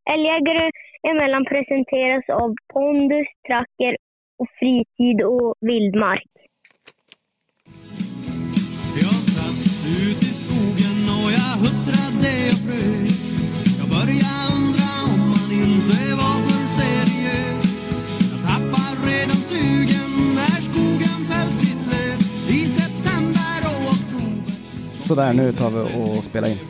Älgjägare emellan presenteras av pondus, tracker och fritid och vildmark. Jag satt ut i skogen och jag huttrade och frös. Jag började undra om man inte var för seriös. Jag tappar redan sugen när skogen fällt sitt löv i september och oktober. Så där, nu tar vi och spelar in.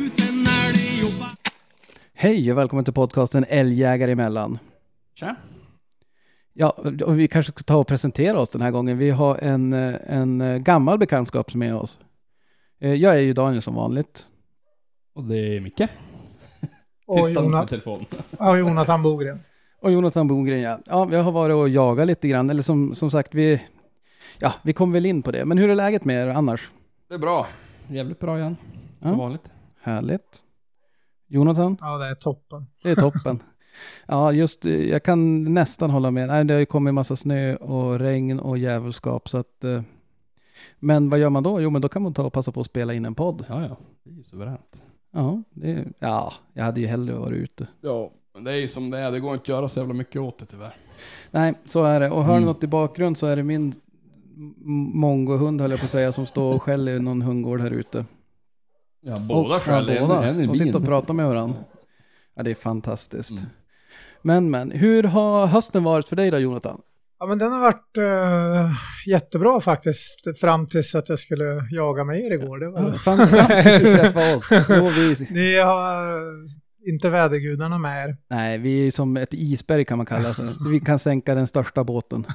Hej och välkommen till podcasten Älgjägare emellan. Tja. Ja, och vi kanske ska ta och presentera oss den här gången. Vi har en gammal bekantskap som är med oss. Jag är ju Daniel som vanligt. Och det är Micke. Och Sittandes med telefon. Ja, Jonathan Bogren. Och Jonathan Bogren, ja. Ja, vi har varit och jagat lite grann. Eller som sagt, vi kommer väl in på det. Men hur är läget med er annars? Det är bra. Jävligt bra igen. Som Ja. vanligt. Härligt. Jonathan? Ja, det är toppen. Det är toppen. Ja, just jag kan nästan hålla med. Nej, det har ju kommit en massa snö och regn och djävulskap så att men vad gör man då? Jo, men då kan man ta och passa på att spela in en podd. Ja. Det är ju suveränt. Ja, jag hade ju hellre varit ute. Ja, men det är ju som det är. Det går inte att göra så jävla mycket åt det tyvärr. Nej, så är det. Och hör något i bakgrund så är det min mongohund, höll jag på att säga, som står och skäller i någon hundgård här ute. Ja, båda skäller. Ja, båda. En i De sitter och bin. pratar med varandra. Ja, det är fantastiskt. Men, hur har hösten varit för dig då, Jonathan? Ja, men den har varit jättebra faktiskt fram tills att jag skulle jaga med er igår. Det var... Fram tills du träffade oss. Då vi... Ni har inte vädergudarna med er. Nej, vi är som ett isberg kan man kalla det. Vi kan sänka den största båten.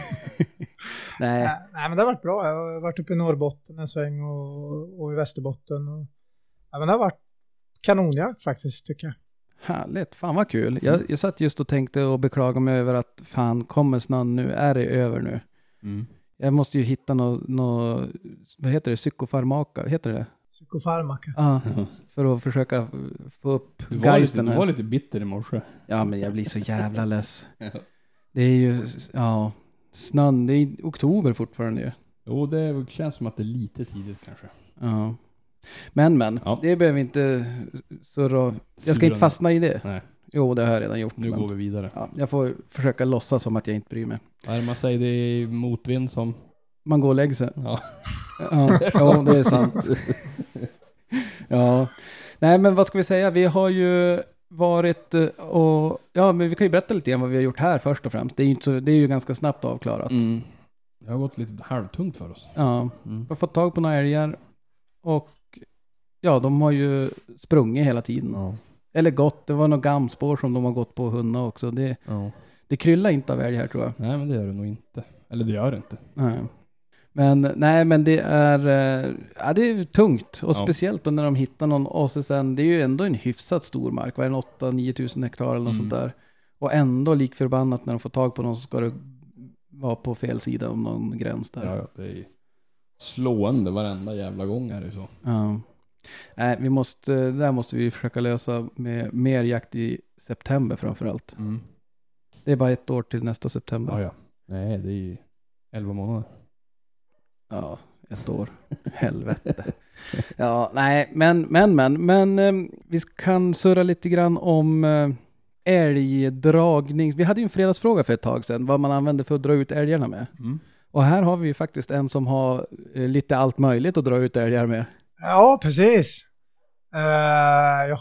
Nej. Nej, men det har varit bra. Jag har varit uppe i Norrbotten en sväng och i Västerbotten. Ja, men det har varit kanonjakt faktiskt, tycker jag. Härligt, fan vad kul. Jag satt just och tänkte och beklaga mig över att fan, kommer snön nu? Är det över nu? Mm. Jag måste ju hitta något vad heter det? Psykofarmaka, heter det? Psykofarmaka. Ja, för att försöka få upp Du geisten. var lite bitter i morse. Ja, men jag blir så jävla less. Det är ju, ja, snön, det är oktober fortfarande ju. Jo, det känns som att det är lite tidigt kanske. Ja. Men, Ja. det behöver vi inte surra. Jag ska inte fastna i det. Nej. Jo, det har jag redan gjort. Nu går vi vidare. Ja, jag får försöka låtsas som att jag inte bryr mig. Vad är det man säger? Det är motvind som... Man går och lägger sig. Ja. Ja, det är sant. Ja. Nej, men vad ska vi säga? Vi har ju varit och... Ja, men vi kan ju berätta lite grann vad vi har gjort här först och främst. Det är ju, inte så, det är ju ganska snabbt avklarat. Mm. Det har gått lite halvtungt för oss. Ja, vi har fått tag på några älgar. Och ja, de har ju sprungit hela tiden. Ja. Eller gått. Det var några gamspår som de har gått på hundar också. Det kryllar inte av älg här, tror jag. Nej, men det gör det nog inte. Eller det gör det inte. Nej. Men det är tungt. Och speciellt då när de hittar någon OCSN. Det är ju ändå en hyfsat stor mark. Vad är den? 8-9 tusen hektar eller något sånt där. Och ändå lik förbannat när de får tag på någon så ska det vara på fel sida om någon gräns där. Ja, det är slående varenda jävla gång är det så. Ja. Nej, där måste vi försöka lösa med mer jakt i september framförallt. Det är bara 1 år till nästa september. Ja. Nej, det är ju 11 månader. Ja, 1 år. Helvete. Ja, nej, men vi kan surra lite grann om älgdragning. Vi hade ju en fredagsfråga för ett tag sedan, vad man använder för att dra ut älgarna med. Och här har vi ju faktiskt en som har lite allt möjligt att dra ut älgar med. Ja, precis. Jag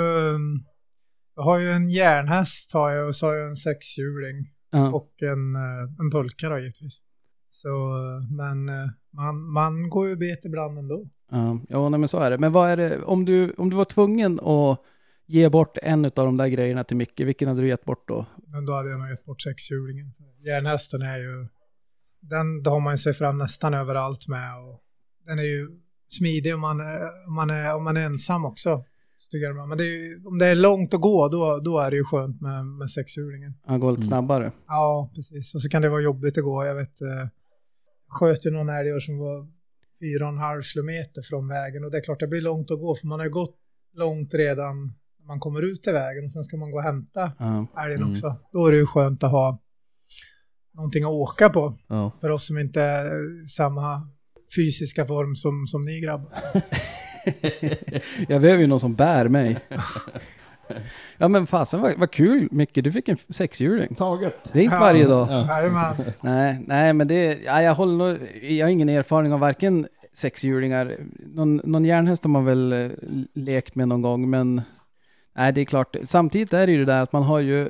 har ju en järnhäst och så har jag en 6-hjuling och en pulka då givetvis. Så, men man går ju bet ibland ändå. Ja, nej, men så är det. Men vad är det, om du var tvungen att ge bort en av de där grejerna till Micke, vilken hade du gett bort då? Men då hade jag nog gett bort 6-hjulingen. Järnhästen är ju, då har man ju sig fram nästan överallt med, och den är ju smidig om man är ensam också. Men om det är långt att gå, då är det ju skönt med 6-hjulingen. Han går lite snabbare. Ja, precis. Och så kan det vara jobbigt att gå. Jag vet, sköt ju någon älg som var 4,5 kilometer från vägen. Och det är klart det blir långt att gå, för man har gått långt redan när man kommer ut till vägen. Och sen ska man gå och hämta älgen också. Då är det ju skönt att ha någonting att åka på. För oss som inte är samma fysiska form som ni grabbar. Jag behöver ju någon som bär mig. Ja men fasen vad kul Micke, du fick en sexhjuling. Taget. Det är inte varje dag. Jajamän. Nej men jag har ingen erfarenhet av varken sexhjulingar. Någon järnhäst har man väl lekt med någon gång, men nej det är klart. Samtidigt är det ju det där att man har ju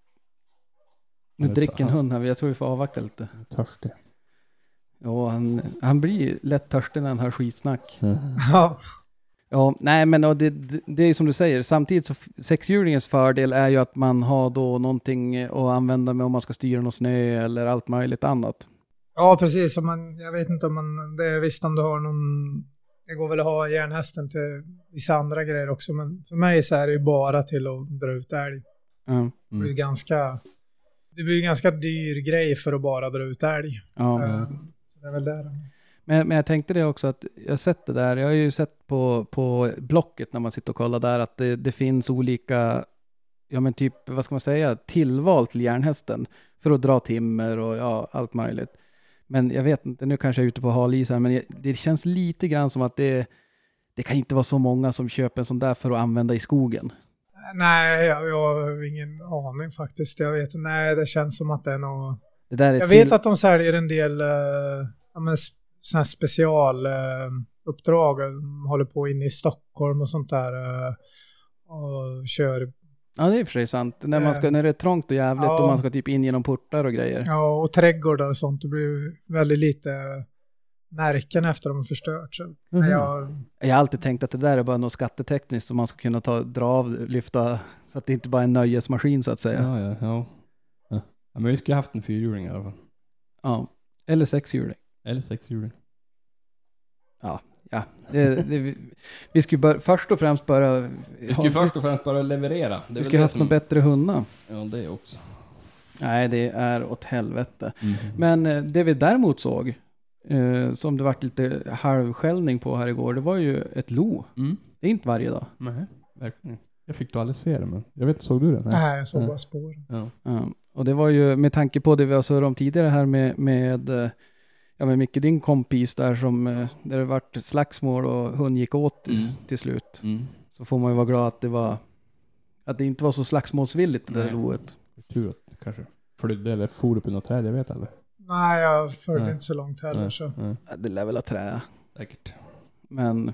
nu dricker en hund här, jag tror vi får avvakta lite. Törstig. Ja, han blir lätt törstig när han hör skitsnack. Ja. Ja, nej men det är som du säger, samtidigt så sexhjulingens fördel är ju att man har då någonting att använda med om man ska styra någon snö eller allt möjligt annat. Ja, precis. Jag vet inte om det är visst om du har det går väl att ha järnhästen till vissa andra grejer också, men för mig så är det ju bara till att dra ut älg. Mm. Det blir ganska dyr grej för att bara dra ut älg. Ja. Så det är väl där. Men jag tänkte det också att jag har sett det där. Jag har ju sett på Blocket när man sitter och kollar där att det finns olika, ja men typ, vad ska man säga, tillval till järnhästen för att dra timmer och ja, allt möjligt. Men jag vet inte, nu kanske jag är ute på halis här, men det känns lite grann som att det kan inte vara så många som köper en sån där för att använda i skogen. Nej, jag har ingen aning faktiskt. Det känns som att det är något... Det där är jag vet att de säljer en del såna här specialuppdrag. De håller på inne i Stockholm och sånt där och kör. Ja, det är för sig sant. När det är trångt och jävligt och man ska typ in genom portar och grejer. Ja, och trädgårdar och sånt. Det blir väldigt lite märken efter de har förstört. Så. Jag har alltid tänkt att det där är bara något skattetekniskt som man ska kunna dra av, lyfta så att det inte bara är en nöjesmaskin så att säga. Ja. Men vi skulle haft en fyrhjuling i alla fall. Ja, eller sexhjuling. Ja. Vi skulle först och främst bara... Vi skulle först och främst bara leverera. Vi skulle haft något bättre hundar. Ja, det också. Nej, det är åt helvete. Men det vi däremot såg, som det varit lite halvskällning på här igår, det var ju ett lo. Det är inte varje dag. Nej, verkligen. Jag fick du aldrig se det, men jag vet, såg du det? Nej, jag såg bara spår. Ja. Och det var ju med tanke på det vi har surrat om tidigare här med Micke, din kompis där där det vart slagsmål och hund gick åt till slut. Så får man ju vara glad att det inte var så slagsmålsvilligt det där loet. Tur att kanske flydde eller for upp i något träd, jag vet aldrig. Nej, jag följde inte så långt heller. Så. Ja, det lär väl ha trä. Säkert. Men.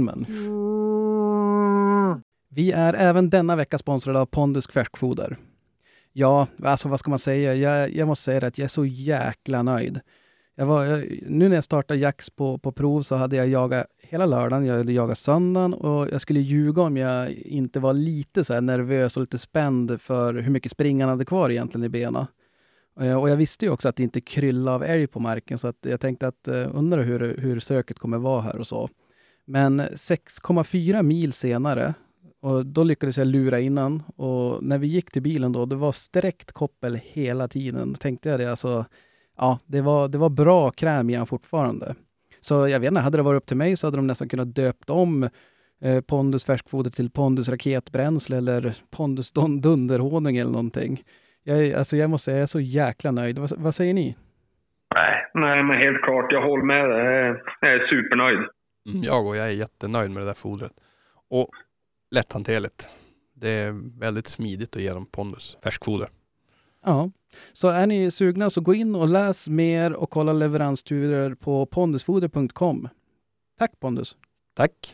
Vi är även denna vecka sponsrade av Pondus färskfoder. Ja, alltså vad ska man säga? Jag måste säga att jag är så jäkla nöjd. Nu när jag startade Jax på prov så hade jag jagat hela lördagen, jag hade jagat söndagen och jag skulle ljuga om jag inte var lite så här nervös och lite spänd för hur mycket springan hade kvar egentligen i benen. Och jag visste ju också att det inte kryllade av älg på marken, så att jag tänkte att undra hur söket kommer vara här och så. Men 6,4 mil senare, och då lyckades jag lura innan, och när vi gick till bilen då, det var sträckt koppel hela tiden. Då tänkte jag det, alltså, ja, det var bra kräm igen fortfarande. Så jag vet inte, hade det varit upp till mig så hade de nästan kunnat döpt om Pondus färskfoder till Pondus raketbränsle eller Pondus dunderhonung eller någonting. Jag måste säga, jag är så jäkla nöjd. Vad säger ni? Nej, men helt klart, jag håller med. Jag är supernöjd. Jag är jättenöjd med det där fodret. Och lätthanterligt. Det är väldigt smidigt att ge dem Pondus färskfoder. Ja, så är ni sugna så gå in och läs mer och kolla leveransturer på pondusfoder.com. Tack Pondus. Tack.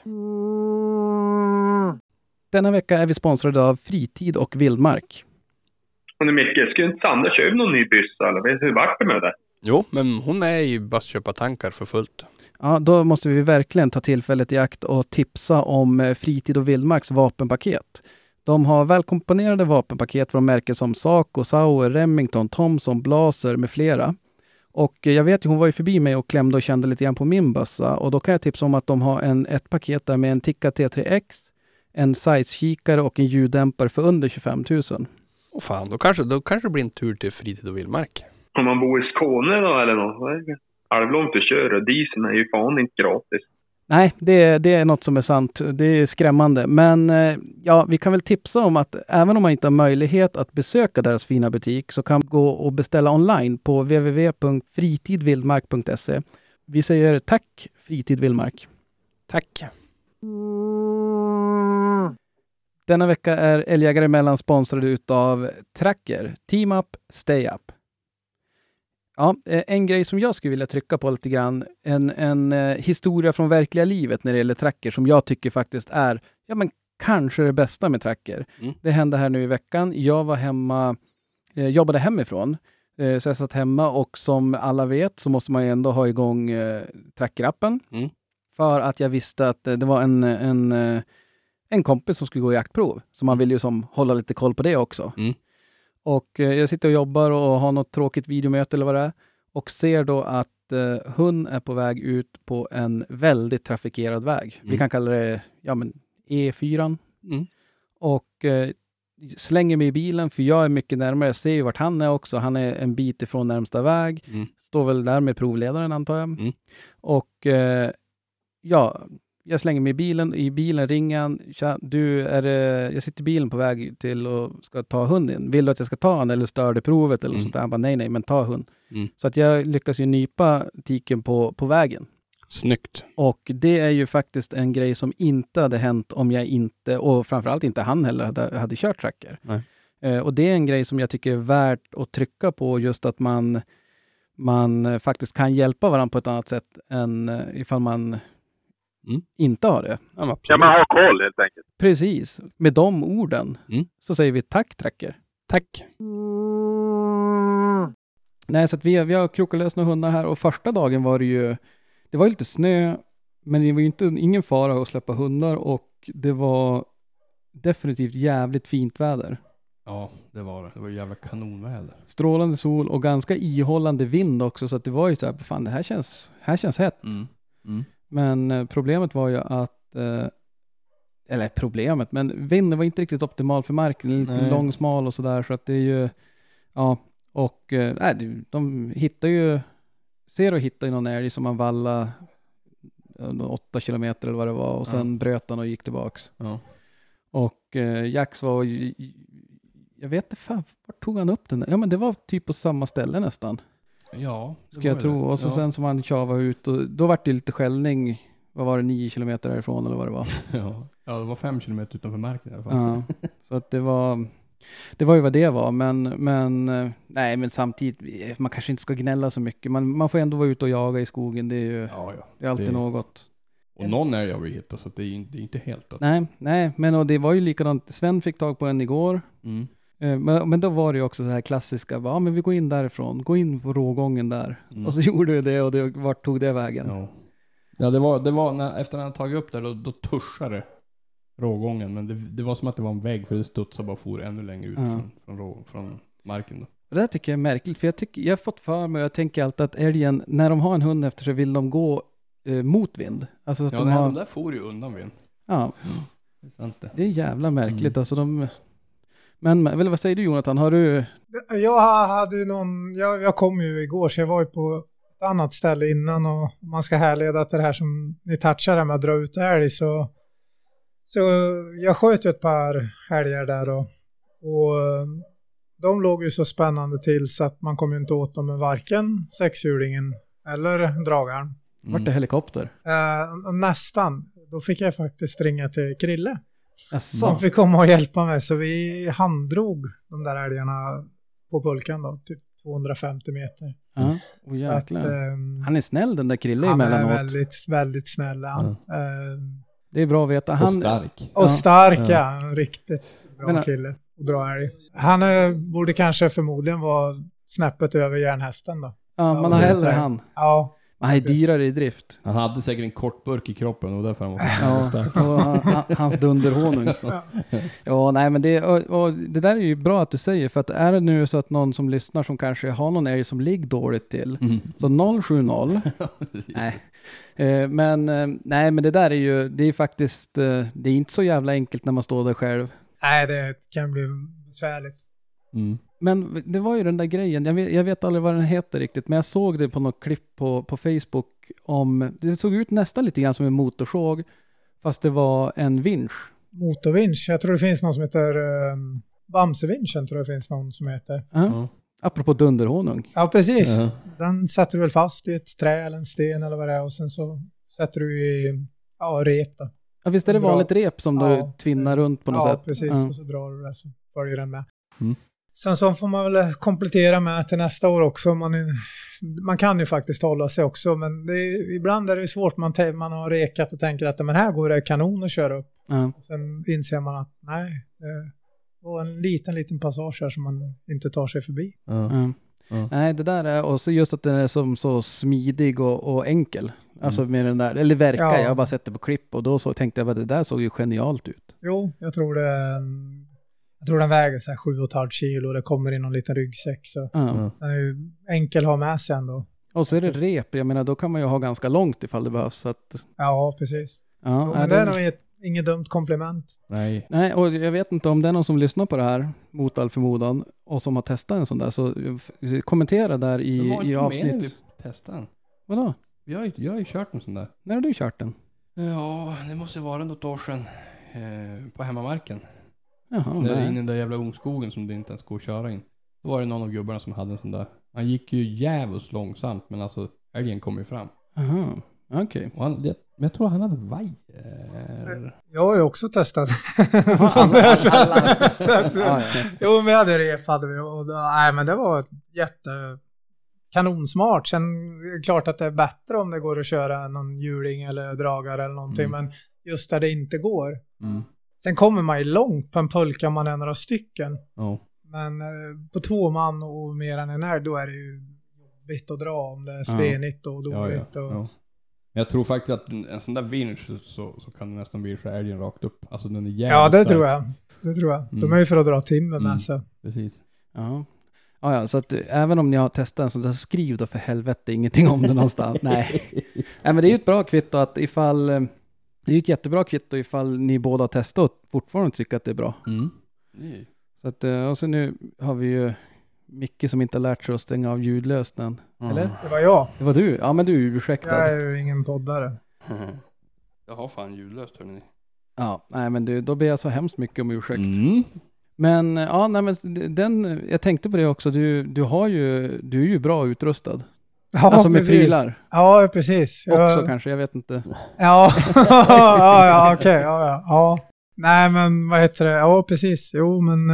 Denna vecka är vi sponsrade av Fritid och Vildmark. Och nu Micke, skulle inte Sandra köpa någon ny byssa eller hur vart det med det? Jo, men hon är i bussköpartankar för fullt. Ja, då måste vi verkligen ta tillfället i akt och tipsa om Fritid och Vildmarks vapenpaket. De har välkomponerade vapenpaket från märken som Saco, Sauer, Remington, Thompson, Blaser med flera. Och jag vet ju, hon var ju förbi mig och klämde och kände lite grann på min bössa. Och då kan jag tipsa om att de har ett paket där med en Tikka T3X, en size-kikare och en ljuddämpare för under 25 000. Och fan, då kanske det blir en tur till Fritid och Vildmark. Om man bor i Skåne då eller något, halvlångt att köra. Dieseln är ju fan inte gratis. Nej, det är något som är sant. Det är skrämmande. Men ja, vi kan väl tipsa om att även om man inte har möjlighet att besöka deras fina butik så kan man gå och beställa online på www.fritidvildmark.se. Vi säger tack Fritid Vildmark. Tack. Denna vecka är Älgjägare emellan sponsrade utav Tracker. Team Up, Stay Up. Ja, en grej som jag skulle vilja trycka på lite grann. En historia från verkliga livet när det gäller Tracker som jag tycker faktiskt är kanske det bästa med Tracker. Det hände här nu i veckan. Jag var hemma, jobbade hemifrån. Så jag satt hemma och som alla vet så måste man ju ändå ha igång Tracker-appen. För att jag visste att det var en kompis som skulle gå i jaktprov. Så man vill ju som hålla lite koll på det också. Och jag sitter och jobbar och har något tråkigt videomöte eller vad det är. Och ser då att hon är på väg ut på en väldigt trafikerad väg. Vi kan kalla det E4. Och slänger mig i bilen för jag är mycket närmare. Jag ser ju vart han är också. Han är en bit ifrån närmsta väg. Står väl där med provledaren antar jag. Och jag slänger mig i bilen. I bilen ringer han. Tja, jag sitter i bilen på väg till och ska ta hunden. Vill du att jag ska ta han eller stör det provet eller sånt där? Han bara nej, men ta hund. Så att jag lyckas ju nypa tiken på vägen. Snyggt. Och det är ju faktiskt en grej som inte hade hänt om jag inte, och framförallt inte han heller, hade kört Tracker. Och det är en grej som jag tycker är värt att trycka på, just att man faktiskt kan hjälpa varandra på ett annat sätt än ifall man inte har det. Ja, man har koll helt enkelt. Precis. Med de orden så säger vi tack Tracker. Tack. Nej, så att vi har krokat lös några hundar här och första dagen var det ju lite snö, men det var ju ingen fara att släppa hundar och det var definitivt jävligt fint väder. Ja, det var det. Det var jävla kanonväder. Strålande sol och ganska ihållande vind också, så att det var ju så här, fan det här känns hett. Men problemet var ju att men vinden var inte riktigt optimal för marken, lite lång, smal och sådär, så att det är ju och de hittar ju hittar ju någon älg som man valla 8 kilometer eller vad det var och sen bröt han och gick tillbaks. Och Jax var jag vet inte fan, var tog han upp den? Ja, men det var typ på samma ställe nästan. Ja, ska jag tro. Och så sen som han tjavade ut och då var det lite skällning. Vad var det, 9 kilometer därifrån eller vad det var? Ja, det var 5 kilometer utanför marken i alla fall. Ja, så att det var ju vad det var, men samtidigt man kanske inte ska gnälla så mycket. Man får ändå vara ute och jaga i skogen. Det är ju det är alltid något. Och någon är jag vill hitta, så det är inte helt att... Nej, men och det var ju likadant. Sven fick tag på en igår. Men då var det ju också så här klassiska, men vi går in därifrån, gå in på rågången där. Och så gjorde vi det och vart tog det vägen? Ja, det var när, efter att han tagit upp där då tuschade rågången, men det var som att det var en vägg för det studsade bara for ännu längre ut från marken då. Och det här tycker jag är märkligt, för jag har fått för mig, och jag tänker alltid att älgen, när de har en hund efter sig vill de gå mot vind. Alltså att de där for ju undan vind. Ja. Det är sant det. Det är jävla märkligt. Alltså men vad säger du Jonathan? Har du... Jag hade jag kom ju igår, så jag var ju på ett annat ställe innan, och om man ska härleda till det här som ni touchade med att dra ut älg, så jag sköt ju ett par älgar där och de låg ju så spännande till så att man kom ju inte åt dem med varken sexhjulingen eller dragaren. Vart det helikopter? Nästan. Då fick jag faktiskt ringa till Krille. Som fick komma och hjälpa mig, så vi handdrog de där älgarna på pulkan då, typ 250 meter. Ja, han är snäll den där Krille emellanåt. Han är väldigt, väldigt snäll. Det är bra att veta. Och stark. Och stark, ja. Riktigt bra kille och dra älg. Han borde kanske förmodligen vara snäppet över järnhästen då. Ja, man har hellre han. Ja. Han är dyrare i drift. Han hade säkert en kort burk i kroppen och därför han var stark. Och hans dunderhonung. Ja, nej men det där är ju bra att du säger, för att är det nu så att någon som lyssnar som kanske har någon älg som ligger dåligt till, så 070. Men det där är ju, det är faktiskt, det är inte så jävla enkelt när man står där själv. Nej, det kan bli besvärligt. Men det var ju den där grejen, jag vet aldrig vad den heter riktigt, men jag såg det på något klipp på Facebook om, det såg ut nästan lite grann som en motorsåg, fast det var en vinsch. Motorvinsch, jag tror det finns någon som heter Bamsevinschen, tror jag det finns någon som heter. Apropå dunderhonung. Ja, precis. Den sätter du väl fast i ett trä eller en sten eller vad det är, och sen så sätter du i rep då. Ja, visst är det Bra. vanligt rep som du tvinnar runt på något sätt? Ja, precis. Ja. Och så drar du det så följer den med. Mm. Sen så får man väl komplettera med till nästa år också. Man kan ju faktiskt hålla sig också, men ibland är det svårt. Man har rekat och tänker att men här går det kanon att köra upp. Ja. Sen inser man att nej, det var en liten passage här som man inte tar sig förbi. Ja. Nej, det där är också just att den är som så smidig och enkel. Alltså med den där, eller verkar, jag har bara sett det på klipp och då så tänkte jag att det där såg ju genialt ut. Jo, jag tror den väger så här 7,5 kilo och det kommer in någon liten ryggsäck så den är ju enkel att ha med sig ändå. Och så är det rep, jag menar då kan man ju ha ganska långt ifall det behövs. Så att... Ja, precis. Ja, men det är nog inget dumt komplement. Nej, och jag vet inte om det är någon som lyssnar på det här mot all förmodan och som har testat en sån där, så kommentera där i avsnitt. Testa den. Vadå? Jag har ju kört en sån där. När har du kört den? Ja, det måste vara något år sedan. På hemmamarken. Jaha, Där inne i den där jävla ungskogen som det inte ens går att köra in. Då var det någon av gubbarna som hade en sån där. Han gick ju jävligt långsamt, men alltså älgen kom ju fram. Jaha, okej. Men jag tror han hade vajer. Jag har ju också testat. Jo, men vi hade rep hade vi. Och nej, men det var kanonsmart. Sen är det klart att det är bättre om det går att köra någon hjuling eller dragare eller någonting. Men just där det inte går. Sen kommer man ju långt på en pulka man är några stycken. Men på 2 man och mer än en här, då är det ju jobbigt att dra om det är stenigt och dåligt. Ja. Jag tror faktiskt att en sån där vinsch så kan det nästan bli så älgen rakt upp. Alltså den är jävligt Ja, det stark. tror jag. De är ju för att dra timmer med sig. Precis. Ja, så att även om ni har testat en sån där, skriv då för helvete ingenting om det någonstans. Nej, men det är ju ett bra kvitto att ifall... Det är ju ett jättebra kvitto ifall ni båda har testat och fortfarande tycker att det är bra. Så att, och så nu har vi ju Micke som inte har lärt sig att stänga av ljudlösningen. Eller? Det var jag. Det var du? Ja, men du är ursäktad. Jag är ju ingen poddare. Jag har fan ljudlöst, hörni. Ja, nej men då ber jag så hemskt mycket om ursäkt. Men ja, nej men jag tänkte på det också. Du är ju bra utrustad. Ja, alltså med precis. prylar. Ja, precis. Också kanske, jag vet inte. Ja, okej. Ja. Nej, men vad heter det? Ja, precis. Jo, men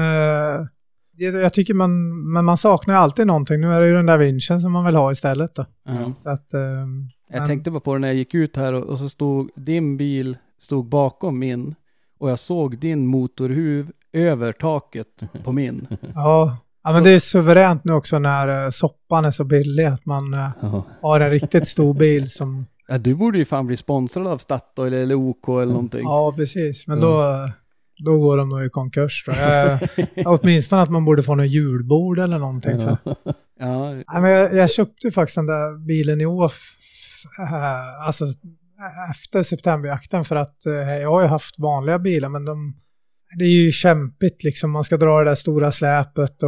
jag tycker man saknar ju alltid någonting. Nu är det ju den där vinschen som man vill ha istället då. Så att, jag tänkte på det när jag gick ut här och så stod din bil bakom min och jag såg din motorhuv över taket på min. Ja, men det är suveränt nu också när soppan är så billig att man har en riktigt stor bil som... Ja, du borde ju fan bli sponsrad av Statoil eller OK eller någonting. Ja, precis. Men då går de nog i konkurs. Då. Åtminstone att man borde få någon julbord eller någonting. Men jag köpte ju faktiskt den där bilen i år alltså efter septemberjakten för att jag har ju haft vanliga bilar men det är ju kämpigt liksom. Man ska dra det där stora släpet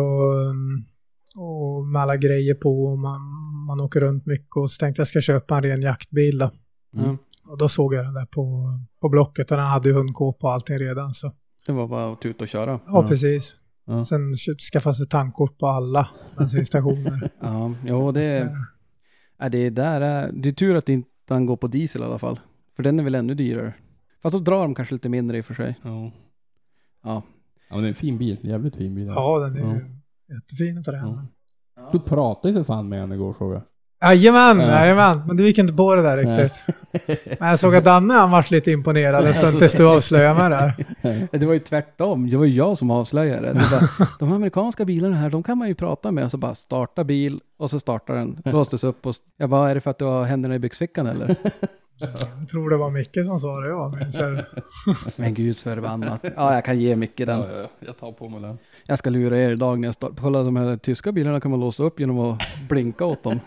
och med alla grejer på och man åker runt mycket och så tänkte jag ska köpa en ren jaktbil då. Och då såg jag den där på Blocket och den hade ju hundkåp och allting redan så. Det var bara att ut och köra. Ja, precis. Sen skaffa sig tankkort på alla bensinstationer. Det är tur att det inte han går på diesel i alla fall. För den är väl ännu dyrare. Fast då drar de kanske lite mindre i och för sig. Ja, men det är en fin bil. Jävligt fin bil. Ja, den är jättefin för den. Du pratade ju för fan med henne igår, såg jag. Jajamän. Men du gick inte på det där riktigt. Men jag såg att Danne han var lite imponerad en stund tills du avslöjade mig där. Det var ju tvärtom. Det var ju jag som avslöjade. Det var, de amerikanska bilarna här, de kan man ju prata med. Så bara starta bil och så startar den. Låstes upp och jag bara, är det för att du har händerna i byxfickan eller? Jag tror det var Micke som sa det, ja. Men gud förbannat. Ja, jag kan ge Micke den. Ja, jag tar på mig den. Jag ska lura er idag när jag startar. Kolla, de här tyska bilarna kan man låsa upp genom att blinka åt dem.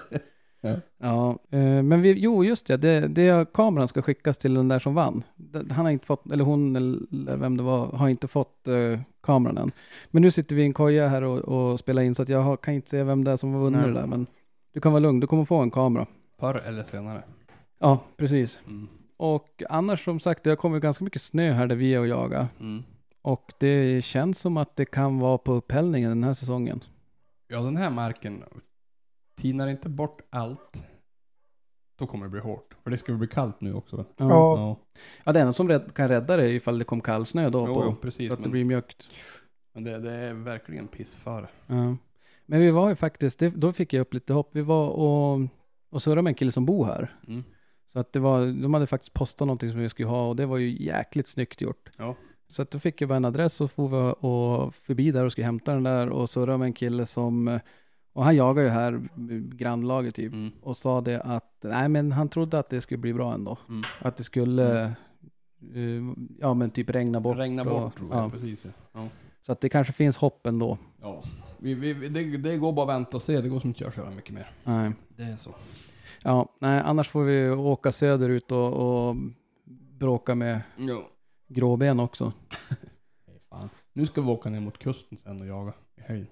Men just det kameran ska skickas till den där som vann. Han har inte fått, eller hon eller vem det var, har inte fått kameran än. Men nu sitter vi i en koja här och spelar in så att jag kan inte se vem det är som har vunnit det där. Men du kan vara lugn, du kommer få en kamera. Förr eller senare. Ja, precis. Och annars som sagt, det har kommit ganska mycket snö här där vi är och jagar. Och det känns som att det kan vara på upphällningen den här säsongen. Ja, den här marken tinar inte bort allt. Då kommer det bli hårt. För det ska bli kallt nu också. Ja. Ja, det enda som kan rädda det är ifall det kom kallsnö då. Jo, precis. Så att det blir mjukt. Men det är verkligen pissfara. Ja. Men vi var ju faktiskt, då fick jag upp lite hopp. Vi var och surrade med en kille som bor här. Mm. Så att de hade faktiskt postat någonting som vi skulle ha och det var ju jäkligt snyggt gjort. Ja. Så att då fick jag bara en adress och får vi och förbi där och skulle hämta den där och surra med en kille som, och han jagar ju här grannlaget typ och sa det att nej men han trodde att det skulle bli bra ändå. Att det skulle ja men typ regna bort. Precis. Ja. Så att det kanske finns hopp ändå. Ja. Det går bara att vänta och se, det går som inte köra mycket mer. Nej. Det är så. Ja, nej annars får vi åka söderut och bråka med gråben också. Fan. Nu ska vi åka ner mot kusten sen och jaga i helgen.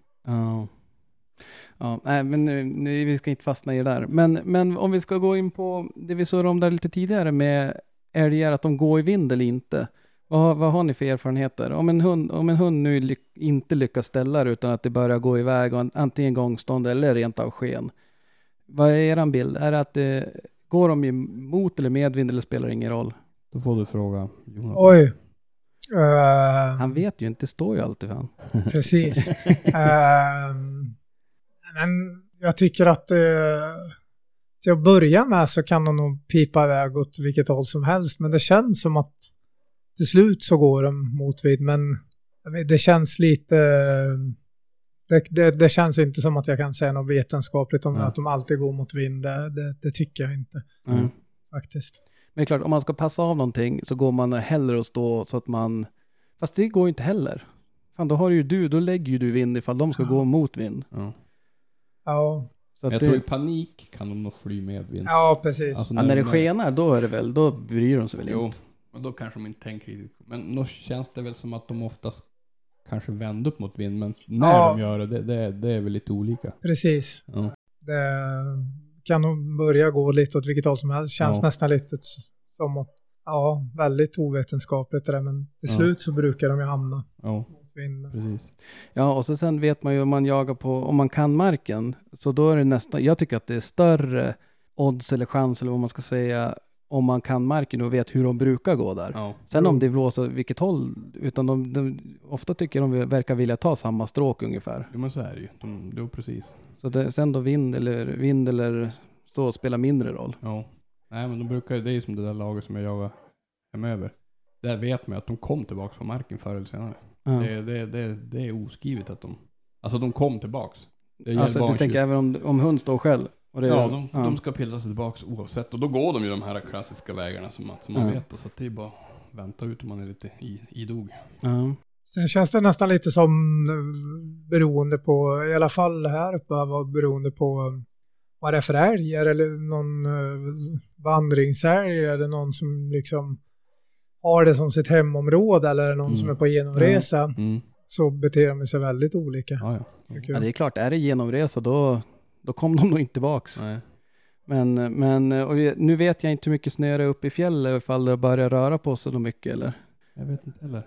Ja, nej men nu, vi ska inte fastna i det där. Men om vi ska gå in på det vi såg om där lite tidigare med älgar, att de går i vind eller inte. Vad har ni för erfarenheter? Om en hund nu inte lyckas ställa det utan att det börjar gå iväg och antingen gångstånd eller rent av sken. Vad är eran bild? Är det att det går de emot eller med vind eller spelar ingen roll? Då får du fråga Jonas. Oj. Han vet ju inte, det står ju alltid för han. Precis. Men jag tycker att till att börja med så kan de nog pipa iväg åt vilket håll som helst. Men det känns som att till slut så går de mot vid. Men det känns lite... Det känns inte som att jag kan säga något vetenskapligt om att de alltid går mot vind. Det tycker jag inte. Faktiskt. Men det är klart, om man ska passa av någonting så går man hellre att stå så att man... Fast det går ju inte heller. Fan, då lägger ju du vind ifall de ska gå mot vind. Ja. Så att jag tror i panik kan de nog fly med vind. Ja, precis. Alltså, när det skenar, då är det väl, då bryr de sig väl inte. Och då kanske de inte tänker riktigt. Men då känns det väl som att de oftast kanske vänder upp mot vind. Men när de gör det är väl lite olika. Precis. Ja. Det kan nog börja gå lite åt vilket håll som helst. Känns nästan lite som att, väldigt ovetenskapligt det där. Men till slut så brukar de ju hamna mot vind. Precis. Ja, och så sen vet man ju om man jagar på, om man kan marken. Så då är det nästan, jag tycker att det är större odds eller chans eller vad man ska säga om man kan marken och vet hur de brukar gå där. Ja. Sen om det blåser vilket håll, utan de ofta tycker de verkar vilja ta samma stråk ungefär. Ja, men så är det ju. Det är precis. Så sen då vind eller så spelar mindre roll. Ja. Nej, men de brukar, det är ju som det där laget som jag jagar hemöver. Där vet man att de kom tillbaka på marken förr eller senare. Ja. Det är oskrivet att de kom tillbaks. Alltså du tänker även om hund står själv? Och de ska pilla sig tillbaka oavsett. Och då går de ju de här klassiska vägarna som man vet. Så att det är bara vänta ut om man är lite idog. Sen känns det nästan lite som beroende på, i alla fall här uppe, beroende på vad det är för älg. Eller någon vandringsälg. Eller någon som liksom har det som sitt hemområde. Eller någon som är på genomresa. Så beter de sig väldigt olika. Ja, det är klart, är det genomresa då kom de nog inte tillbaks. Nej. Men och nu vet jag inte hur mycket snö det är uppe i fjället ifall det börjar röra på sig så mycket eller. Jag vet inte heller.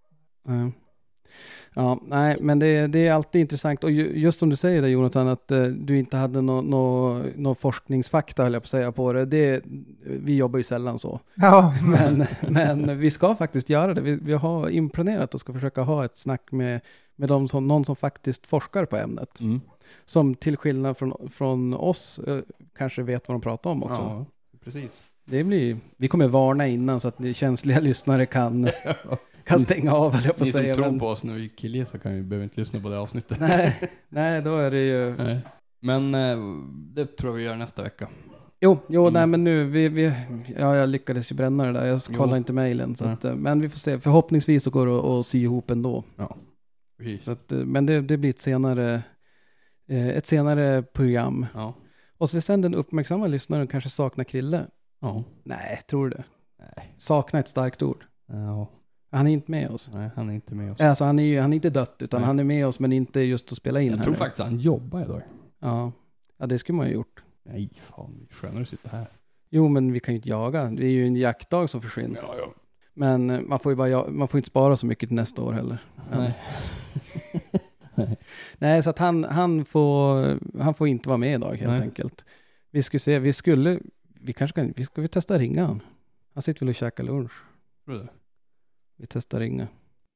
Ja, nej, men det är alltid intressant och just som du säger där, Jonathan, att du inte hade någon forskningsfakta höll jag på att säga på det. Vi jobbar ju sällan så. Ja. Men vi ska faktiskt göra det. Vi har imponerat och ska försöka ha ett snack med någon som faktiskt forskar på ämnet. Som till skillnad från oss kanske vet vad de pratar om också. Ja, precis. Vi kommer varna innan så att ni känsliga lyssnare kan stänga av, eller jag får säga. Ni som tror på oss när vi killgissar behöver inte lyssna på det avsnittet. Nej, då är det ju... Nej. Men det tror jag vi gör nästa vecka. Jo, nej men nu, jag lyckades ju bränna det där. Jag kollar inte mejlen. Men vi får se. Förhoppningsvis så går det att sy ihop ändå. Ja, precis. Så att, men det blir ett senare program. Ja. Och så sen den uppmärksamma lyssnaren kanske saknar Krille. Ja. Nej, tror du det? Nej. Saknar ett starkt ord. Ja. Han är inte med oss. Nej, han är inte med oss. Alltså han är inte dött, utan han är med oss, men inte just att spela in här. Jag tror faktiskt han jobbar idag. Ja, det skulle man ju gjort. Nej, fan, det är skönare att sitta här. Jo, men vi kan ju inte jaga. Det är ju en jaktdag som försvinner. Ja. Men man får inte spara så mycket till nästa år heller. Nej. Nej, så att han får inte vara med idag helt enkelt. Vi skulle se, vi kanske ska vi testa ringa han. Han sitter väl och käkar lunch. Tror du det? Vi testar ringa.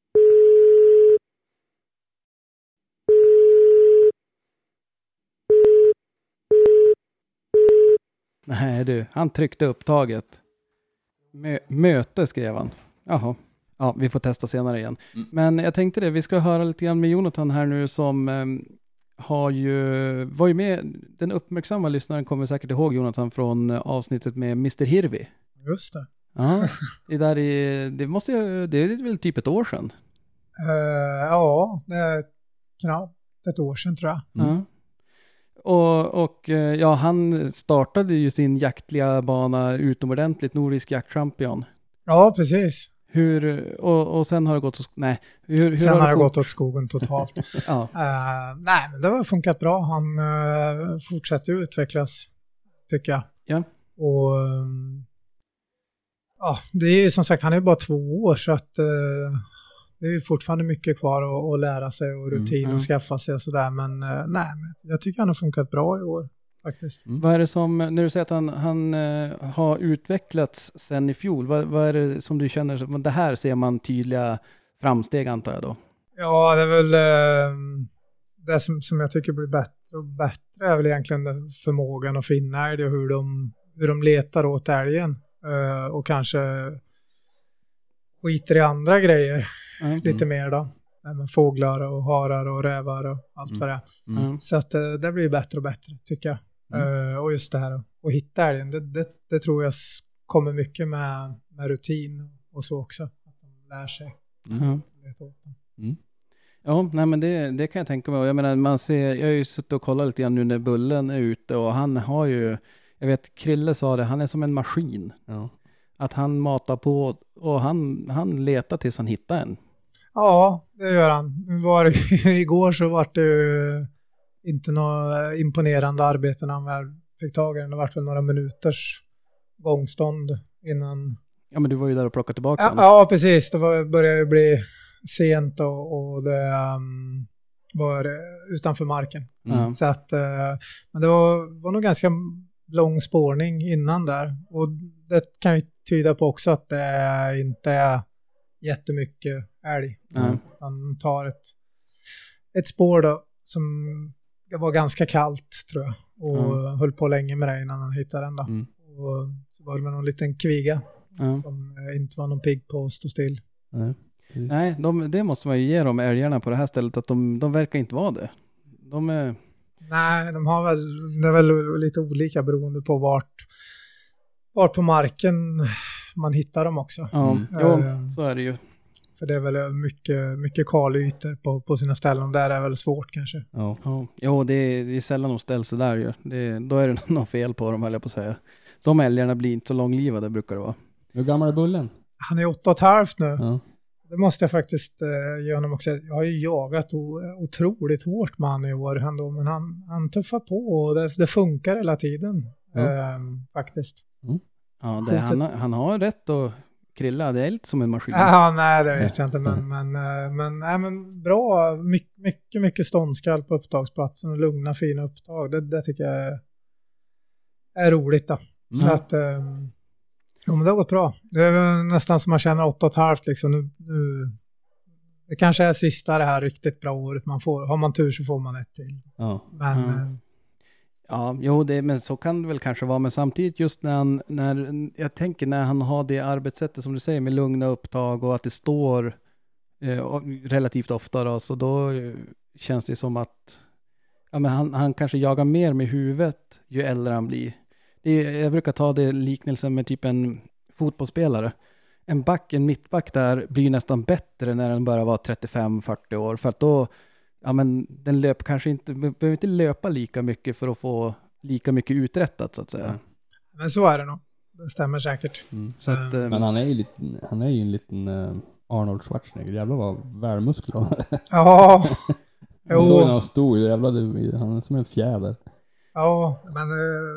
Nej du, han tryckte upptaget. Möte skrev han. Jaha. Ja, vi får testa senare igen. Men jag tänkte det, vi ska höra lite grann med Jonathan här nu som var ju med, den uppmärksamma lyssnaren kommer säkert ihåg Jonathan från avsnittet med Mr. Hirvi. Just det. Ja, det är väl typ ett år sedan? Ja, det är knappt ett år sedan tror jag. Mm. Och han startade ju sin jaktliga bana utomordentligt, nordisk jaktchampion. Ja, precis. Och sen har det gått sen har det gått åt skogen totalt. Ja. Nej, men det har funkat bra. Han fortsätter utvecklas, tycker jag. Ja. Och det är ju som sagt, han är bara 2 år så att det är ju fortfarande mycket kvar att lära sig och rutin och skaffa sig och sådär. Men nej, jag tycker han har funkat bra i år faktiskt. Vad är det som, när du säger att han har utvecklats sen i fjol, vad är det som du känner, det här ser man tydliga framsteg antar jag då? Ja, det är väl det som jag tycker blir bättre och bättre är väl egentligen förmågan att finna älg och hur de letar åt älgen och kanske skiter i andra grejer lite mer då. Med fåglar och harar och rävar och allt vad det är. Så att det blir bättre och bättre tycker jag. Och just det här att hitta älgen, det tror jag kommer mycket med rutin och så också. Att de lär sig. Ja, nej men det kan jag tänka mig. Jag menar, jag har ju suttit och kollat lite grann nu när Bullen är ute och han har ju, jag vet Krille sa det, han är som en maskin. Ja. Att han matar på och han letar tills han hittar en. Ja, det gör han. Igår så var det ju inte något imponerande arbete när han väl fick tag i den. Det var väl några minuters gångstånd innan. Ja, men du var ju där och plockade tillbaka den. Ja, precis. Det började ju bli sent och det var utanför marken. Så att, men det var nog ganska lång spårning innan där. Och det kan ju tyda på också att det inte är jättemycket älg. Han tar ett spår då som var ganska kallt tror jag. Och höll på länge med det innan han hittade den då. Och så var det med någon liten kviga som inte var någon pigg på att stå still. Nej, det måste man ju ge dem älgarna på det här stället att de verkar inte vara det. Nej, det är väl lite olika beroende på vart på marken man hittar dem också. Ja, så är det ju. För det är väl mycket kalytor på sina ställen och där är väl svårt kanske. Ja, det är sällan de ställs där ju. Då är det något fel på dem, höll jag på att säga. De älgarna blir inte så långlivade brukar det vara. Hur gammal är Bullen? Han är 8,5 nu. Ja. Det måste jag faktiskt ge honom också. Jag har ju jagat otroligt hårt med han i år ändå, men han tuffar på och det funkar hela tiden faktiskt. Ja, han har rätt att krilla, det är lite som en maskin. Ja, nej det vet jag inte, men bra, mycket ståndskall på upptagsplatsen och lugna fina upptag. Det tycker jag är roligt då. Så att men det har gått bra. Det är nästan som man känner 8,5 liksom. Nu, det kanske är sista det här riktigt bra året man får. Har man tur så får man ett till. Men så kan det väl kanske vara. Men samtidigt just när han har det arbetssättet som du säger med lugna upptag och att det står relativt ofta då, så då känns det som att han kanske jagar mer med huvudet ju äldre han blir. Jag brukar ta det liknelsen med typ en fotbollsspelare. En mittback där blir nästan bättre när den bara var 35-40 år. För att då, den behöver inte löpa lika mycket för att få lika mycket uträttat så att säga. Men så är det nog. Det stämmer säkert. Så att, men han är ju en liten Arnold Schwarzenegger. Jävlar vad välmusklad. Ja. Jag såg när han stod. Han är som en fjäder. Ja, men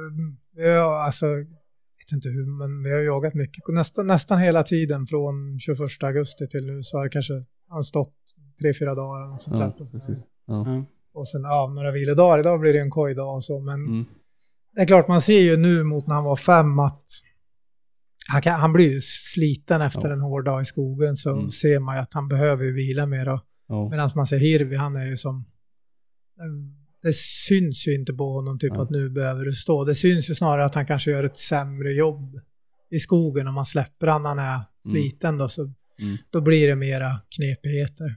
vet inte hur, men vi har jagat mycket. Nästan hela tiden från 21 augusti till nu så har det kanske stått 3-4 dagar och sånt där. Precis. Och sen några vilodagar. Idag blir det en kojdag och så, men det är klart man ser ju nu mot när han var 5 att han blir ju sliten efter en hård dag i skogen, så ser man ju att han behöver ju vila mer. Medan man ser Hirvi, han är ju som, det syns ju inte på honom typ att nu behöver du stå. Det syns ju snarare att han kanske gör ett sämre jobb i skogen om man släpper han när han är sliten då, så då blir det mera knepigheter.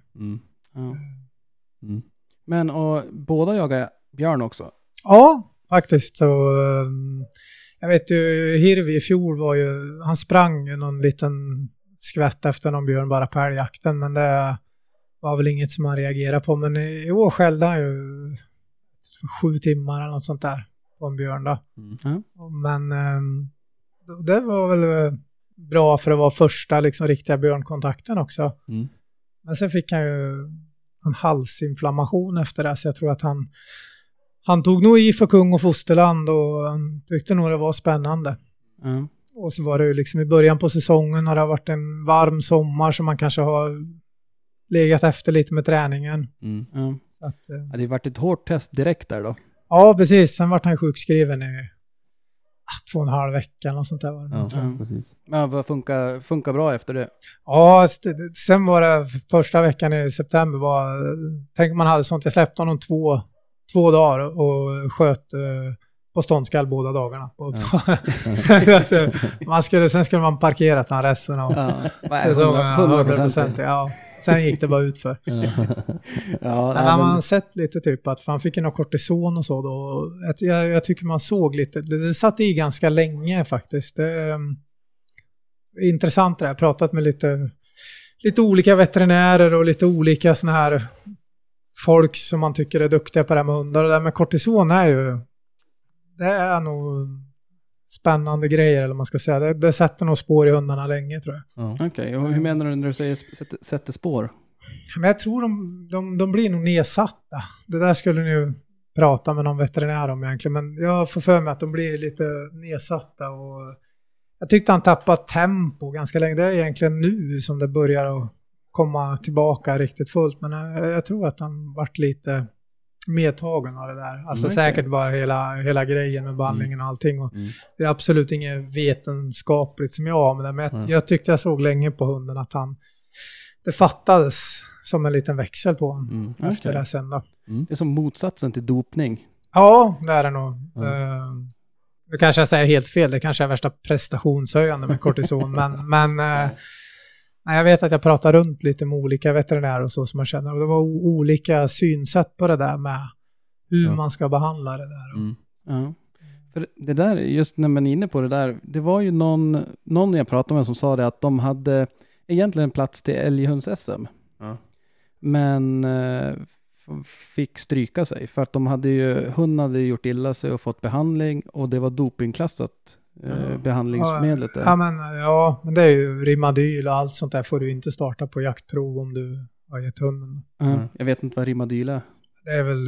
Men och båda jagar björn också? Ja, faktiskt. Så, jag vet ju, Hirvi i fjol var ju, han sprang ju någon liten skvätt efter någon björn bara på älgjakten, men det var väl inget som han reagerade på. Men i år skällde han ju 7 timmar eller något sånt där på en björn då. Men det var väl bra för att vara första liksom riktiga björnkontakten också. Men sen fick han ju en halsinflammation efter det, så jag tror att han tog nog i för kung och fosterland, och han tyckte nog det var spännande. Och så var det ju liksom i början på säsongen, när det har varit en varm sommar, så man kanske har legat efter lite med träningen. Så att, det har varit ett hårt test direkt där då? Ja, precis. Sen var han sjukskriven i 2,5 veckor och sånt där. Var det. Precis. Men vad funkar bra efter det? Ja, sen var det första veckan i september tänk man hade sånt, jag släppte honom 2 dagar och sköt på ståndskall båda dagarna. Sen skulle man parkerat han resten av säsongen. 100%. Ja, sen gick det bara ut för. Men man sett lite typ att han fick något kortison och så då. Jag tycker man såg lite, det satt i ganska länge faktiskt. Det är intressant det här. Jag har pratat med lite olika veterinärer och lite olika såna här folk som man tycker är duktiga på det här med hundar. Och det där med kortison det är nog spännande grejer, eller man ska säga. Det sätter nog spår i hundarna länge, tror jag. Okej, och hur menar du när du säger sätter spår? Men jag tror de blir nog nedsatta. Det där skulle ni ju prata med någon veterinär om egentligen. Men jag får för mig att de blir lite nedsatta. Och jag tyckte han tappade tempo ganska länge. Det är egentligen nu som det börjar att komma tillbaka riktigt fullt. Men jag tror att han varit lite medtagen av det där. Alltså säkert bara hela grejen med behandlingen och allting. Och det är absolut inget vetenskapligt som jag har med det. Men jag tyckte jag såg länge på hunden att det fattades som en liten växel på honom efter det sen då. Det är som motsatsen till dopning. Ja, det är det nog. Nu kanske jag säger helt fel. Det kanske är värsta prestationshöjande med kortison. men jag vet att jag pratar runt lite med olika veterinärer och så som jag känner. Och det var olika synsätt på det där med hur man ska behandla det där. För det där, just när man är inne på det där, det var ju någon jag pratade med som sa det att de hade egentligen plats till älghunds-SM. Men fick stryka sig för att hunden hade gjort illa sig och fått behandling, och det var dopingklassat behandlingsmedlet. Men det är ju Rimadyl och allt sånt där får du inte starta på jaktprov om du har gett hunden. Jag vet inte vad Rimadyl är. Det är väl,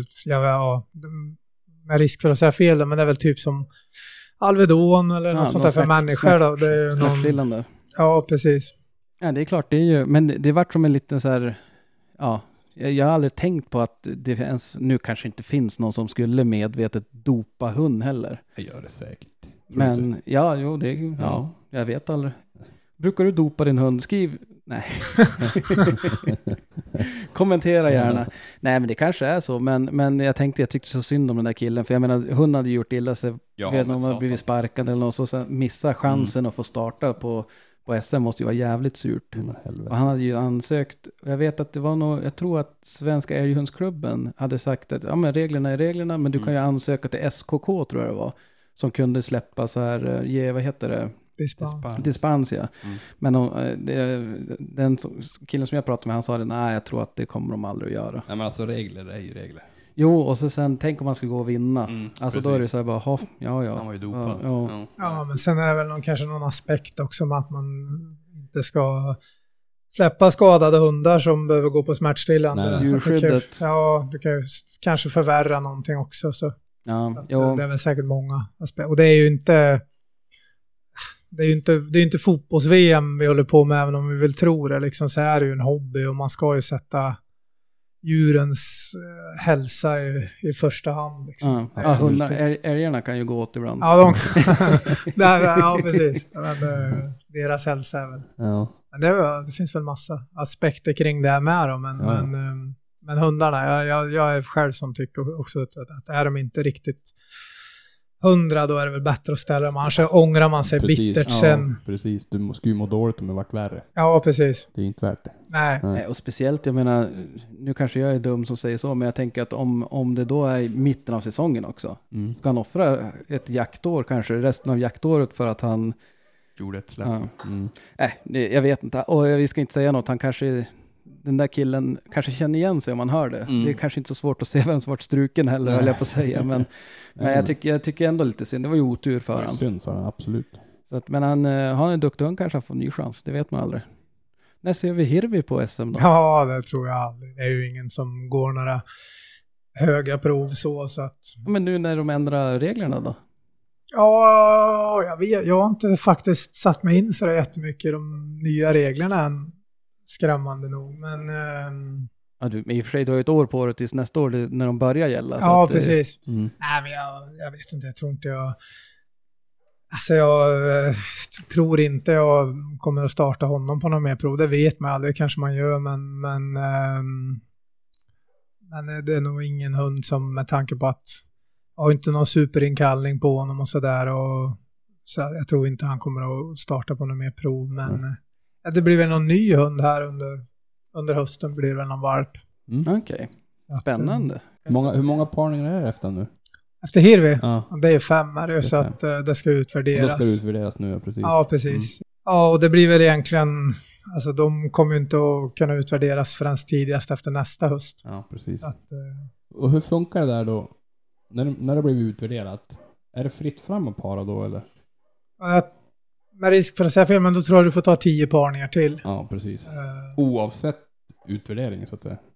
med risk för att säga fel, men det är väl typ som Alvedon eller något sånt där för människor då. Det är smärtstillande. Ja, precis. Ja, det är klart, det är ju, men det vart som en liten så här, jag har aldrig tänkt på att det ens nu kanske inte finns någon som skulle medvetet dopa hund heller. Jag gör det säkert. Men jag vet aldrig. Brukar du dopa din hund? Skriv. Nej. Kommentera gärna. Nej, men det kanske är så. Men jag tyckte så synd om den där killen. För jag menar, hon hade gjort illa sig. Vet om hon blivit sparkad eller något. Så sen missa chansen att få starta på SM måste ju vara jävligt surt. Och han hade ju ansökt. Jag vet att det var jag tror att Svenska älghundsklubben hade sagt att reglerna är reglerna. Men du kan ju ansöka till SKK, tror jag det var. Som kunde släppa så här, vad heter det? Dispens, ja. Men den killen som jag pratade med, han sa det, nej, jag tror att det kommer de aldrig att göra. Nej, men alltså regler är ju regler. Jo, och så sen, tänk om man skulle gå och vinna. Alltså då är det så här bara, Han var ju dopad. Ja, men sen är det väl kanske någon aspekt också med att man inte ska släppa skadade hundar som behöver gå på smärtstillande. Djurskyddet. Det kan ju kanske förvärra någonting också. Så. Ja, det är väl säkert många aspekter. Och det är ju inte... Det är inte fotbolls-VM vi håller på med, även om vi vill tro det. Liksom, så är det ju en hobby och man ska ju sätta djurens hälsa i första hand. Liksom. Ja, hundar, älgarna kan ju gå åt ibland. Ja, ja precis. Men, deras hälsa är väl... Ja. Men det finns väl massa aspekter kring det här med dem. Men hundarna, jag är själv som tycker också att är de inte riktigt 100, då är det väl bättre att ställa dem. Annars ångrar man sig bittert sen. Precis, du måste ju må dåligt om det varit värre. Ja, precis. Det är inte värt det. Nej. Och speciellt, jag menar, nu kanske jag är dum som säger så, men jag tänker att om det då är i mitten av säsongen också, ska han offra ett jaktår, kanske resten av jaktåret för att han gjorde ett släpp. Jag vet inte. Och vi ska inte säga något, han kanske... Den där killen kanske känner igen sig om man hör det. Det är kanske inte så svårt att se vem som varit struken heller, höll jag på att säga. Men jag tycker ändå lite synd. Det var ju otur för honom. Synd för honom, absolut. Så att, men han har en duktig hund, kanske han får en ny chans. Det vet man aldrig. När ser vi Hirvi på SM då? Ja, det tror jag aldrig. Det är ju ingen som går några höga prov så att... Men nu när de ändrar reglerna då? Ja, jag har inte faktiskt satt mig in så jättemycket i de nya reglerna än. Skrämmande nog, men... I och för sig, du har ju ett år på det tills nästa år när de börjar gälla. Ja, så precis. Nej, men jag vet inte, jag tror inte jag... Alltså jag tror inte jag kommer att starta honom på någon mer prov. Det vet man aldrig, kanske man gör, men det är nog ingen hund som, med tanke på att jag har inte någon superinkallning på honom och sådär, och så jag tror inte han kommer att starta på någon mer prov, men det blir väl någon ny hund här under hösten, blir det väl någon valp. Okej. Spännande. Hur många parningar är det efter nu? Efter Hirvi? Ja. Det är 5 är det, så att det ska utvärderas. Och då ska det utvärderas nu, precis. Ja, precis. Ja, och det blir väl egentligen, alltså de kommer ju inte att kunna utvärderas förrän tidigast efter nästa höst. Ja, precis. Så att, och hur funkar det där då? När det blir utvärderat, är det fritt fram att para då, eller? Med risk för att säga fel, men då tror jag du får ta 10 parningar till. Ja, precis. Oavsett utvärdering, så att säga.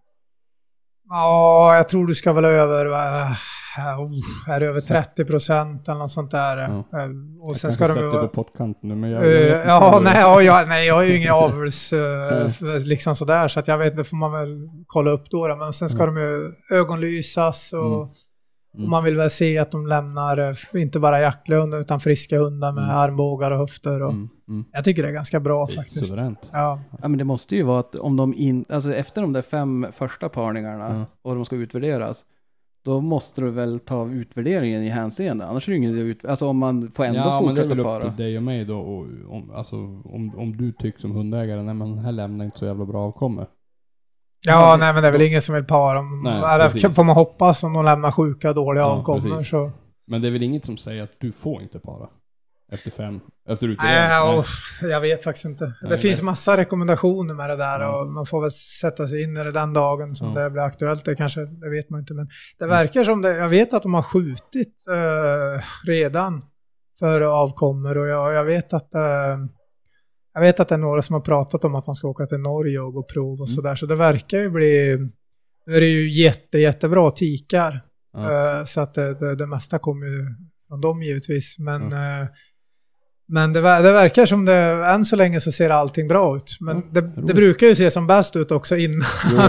Ja, jag tror du ska väl över... är det över 30% eller något sånt där. Ja. Och sen jag ska de sätter på pottkanten nu, men jag jag är ju ingen avels liksom sådär, så att jag vet, det får man väl kolla upp då. Men sen ska de ju ögonlysas och man vill väl se att de lämnar inte bara jaktliga hundar utan friska hundar med armbågar och höfter. Och jag tycker det är ganska bra faktiskt. Suveränt. Ja, men det måste ju vara att om de alltså efter de där 5 första parningarna och de ska utvärderas, då måste du väl ta utvärderingen i hänseende. Annars är det ingen alltså om man får ändå fortsätta para. Ja, men det är väl upp till dig och mig då. Och om du tycker som hundägare, nej, men här lämnar inte så jävla bra avkommer. Ja, nej, men det är väl ingen som vill para. Får man hoppas om de lämnar sjuka, dåliga avkommor. Så. Men det är väl inget som säger att du får inte para efter 5, efter utvärdering? Nej, jag vet faktiskt inte. Det finns massa rekommendationer med det där och man får väl sätta sig in i det den dagen som det blir aktuellt. Det vet man inte, men det verkar som det. Jag vet att de har skjutit redan för avkommor, och jag vet att det är några som har pratat om att de ska åka till Norge och gå prov och sådär. Så det verkar ju bli... Det är ju jättebra tikar. Så att det mesta kommer ju från dem givetvis. Men det verkar som det... Än så länge så ser allting bra ut. Men det brukar ju se som bäst ut också innan.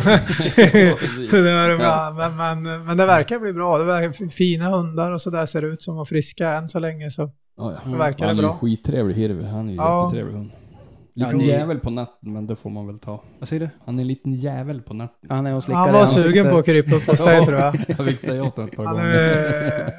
Men det verkar bli bra. Det verkar fina hundar och sådär, ser ut som var friska än så länge. Så verkar det bra. Han är ju skittrevlig, Hirvi. Han är ju jättetrevlig hund. Liten jävel på natten, men det får man väl ta. Vad säger du? Han är en liten jävel på natten. Han var sugen på att krypa upp på steg, tror jag. Jag fick säga åt ett par gånger.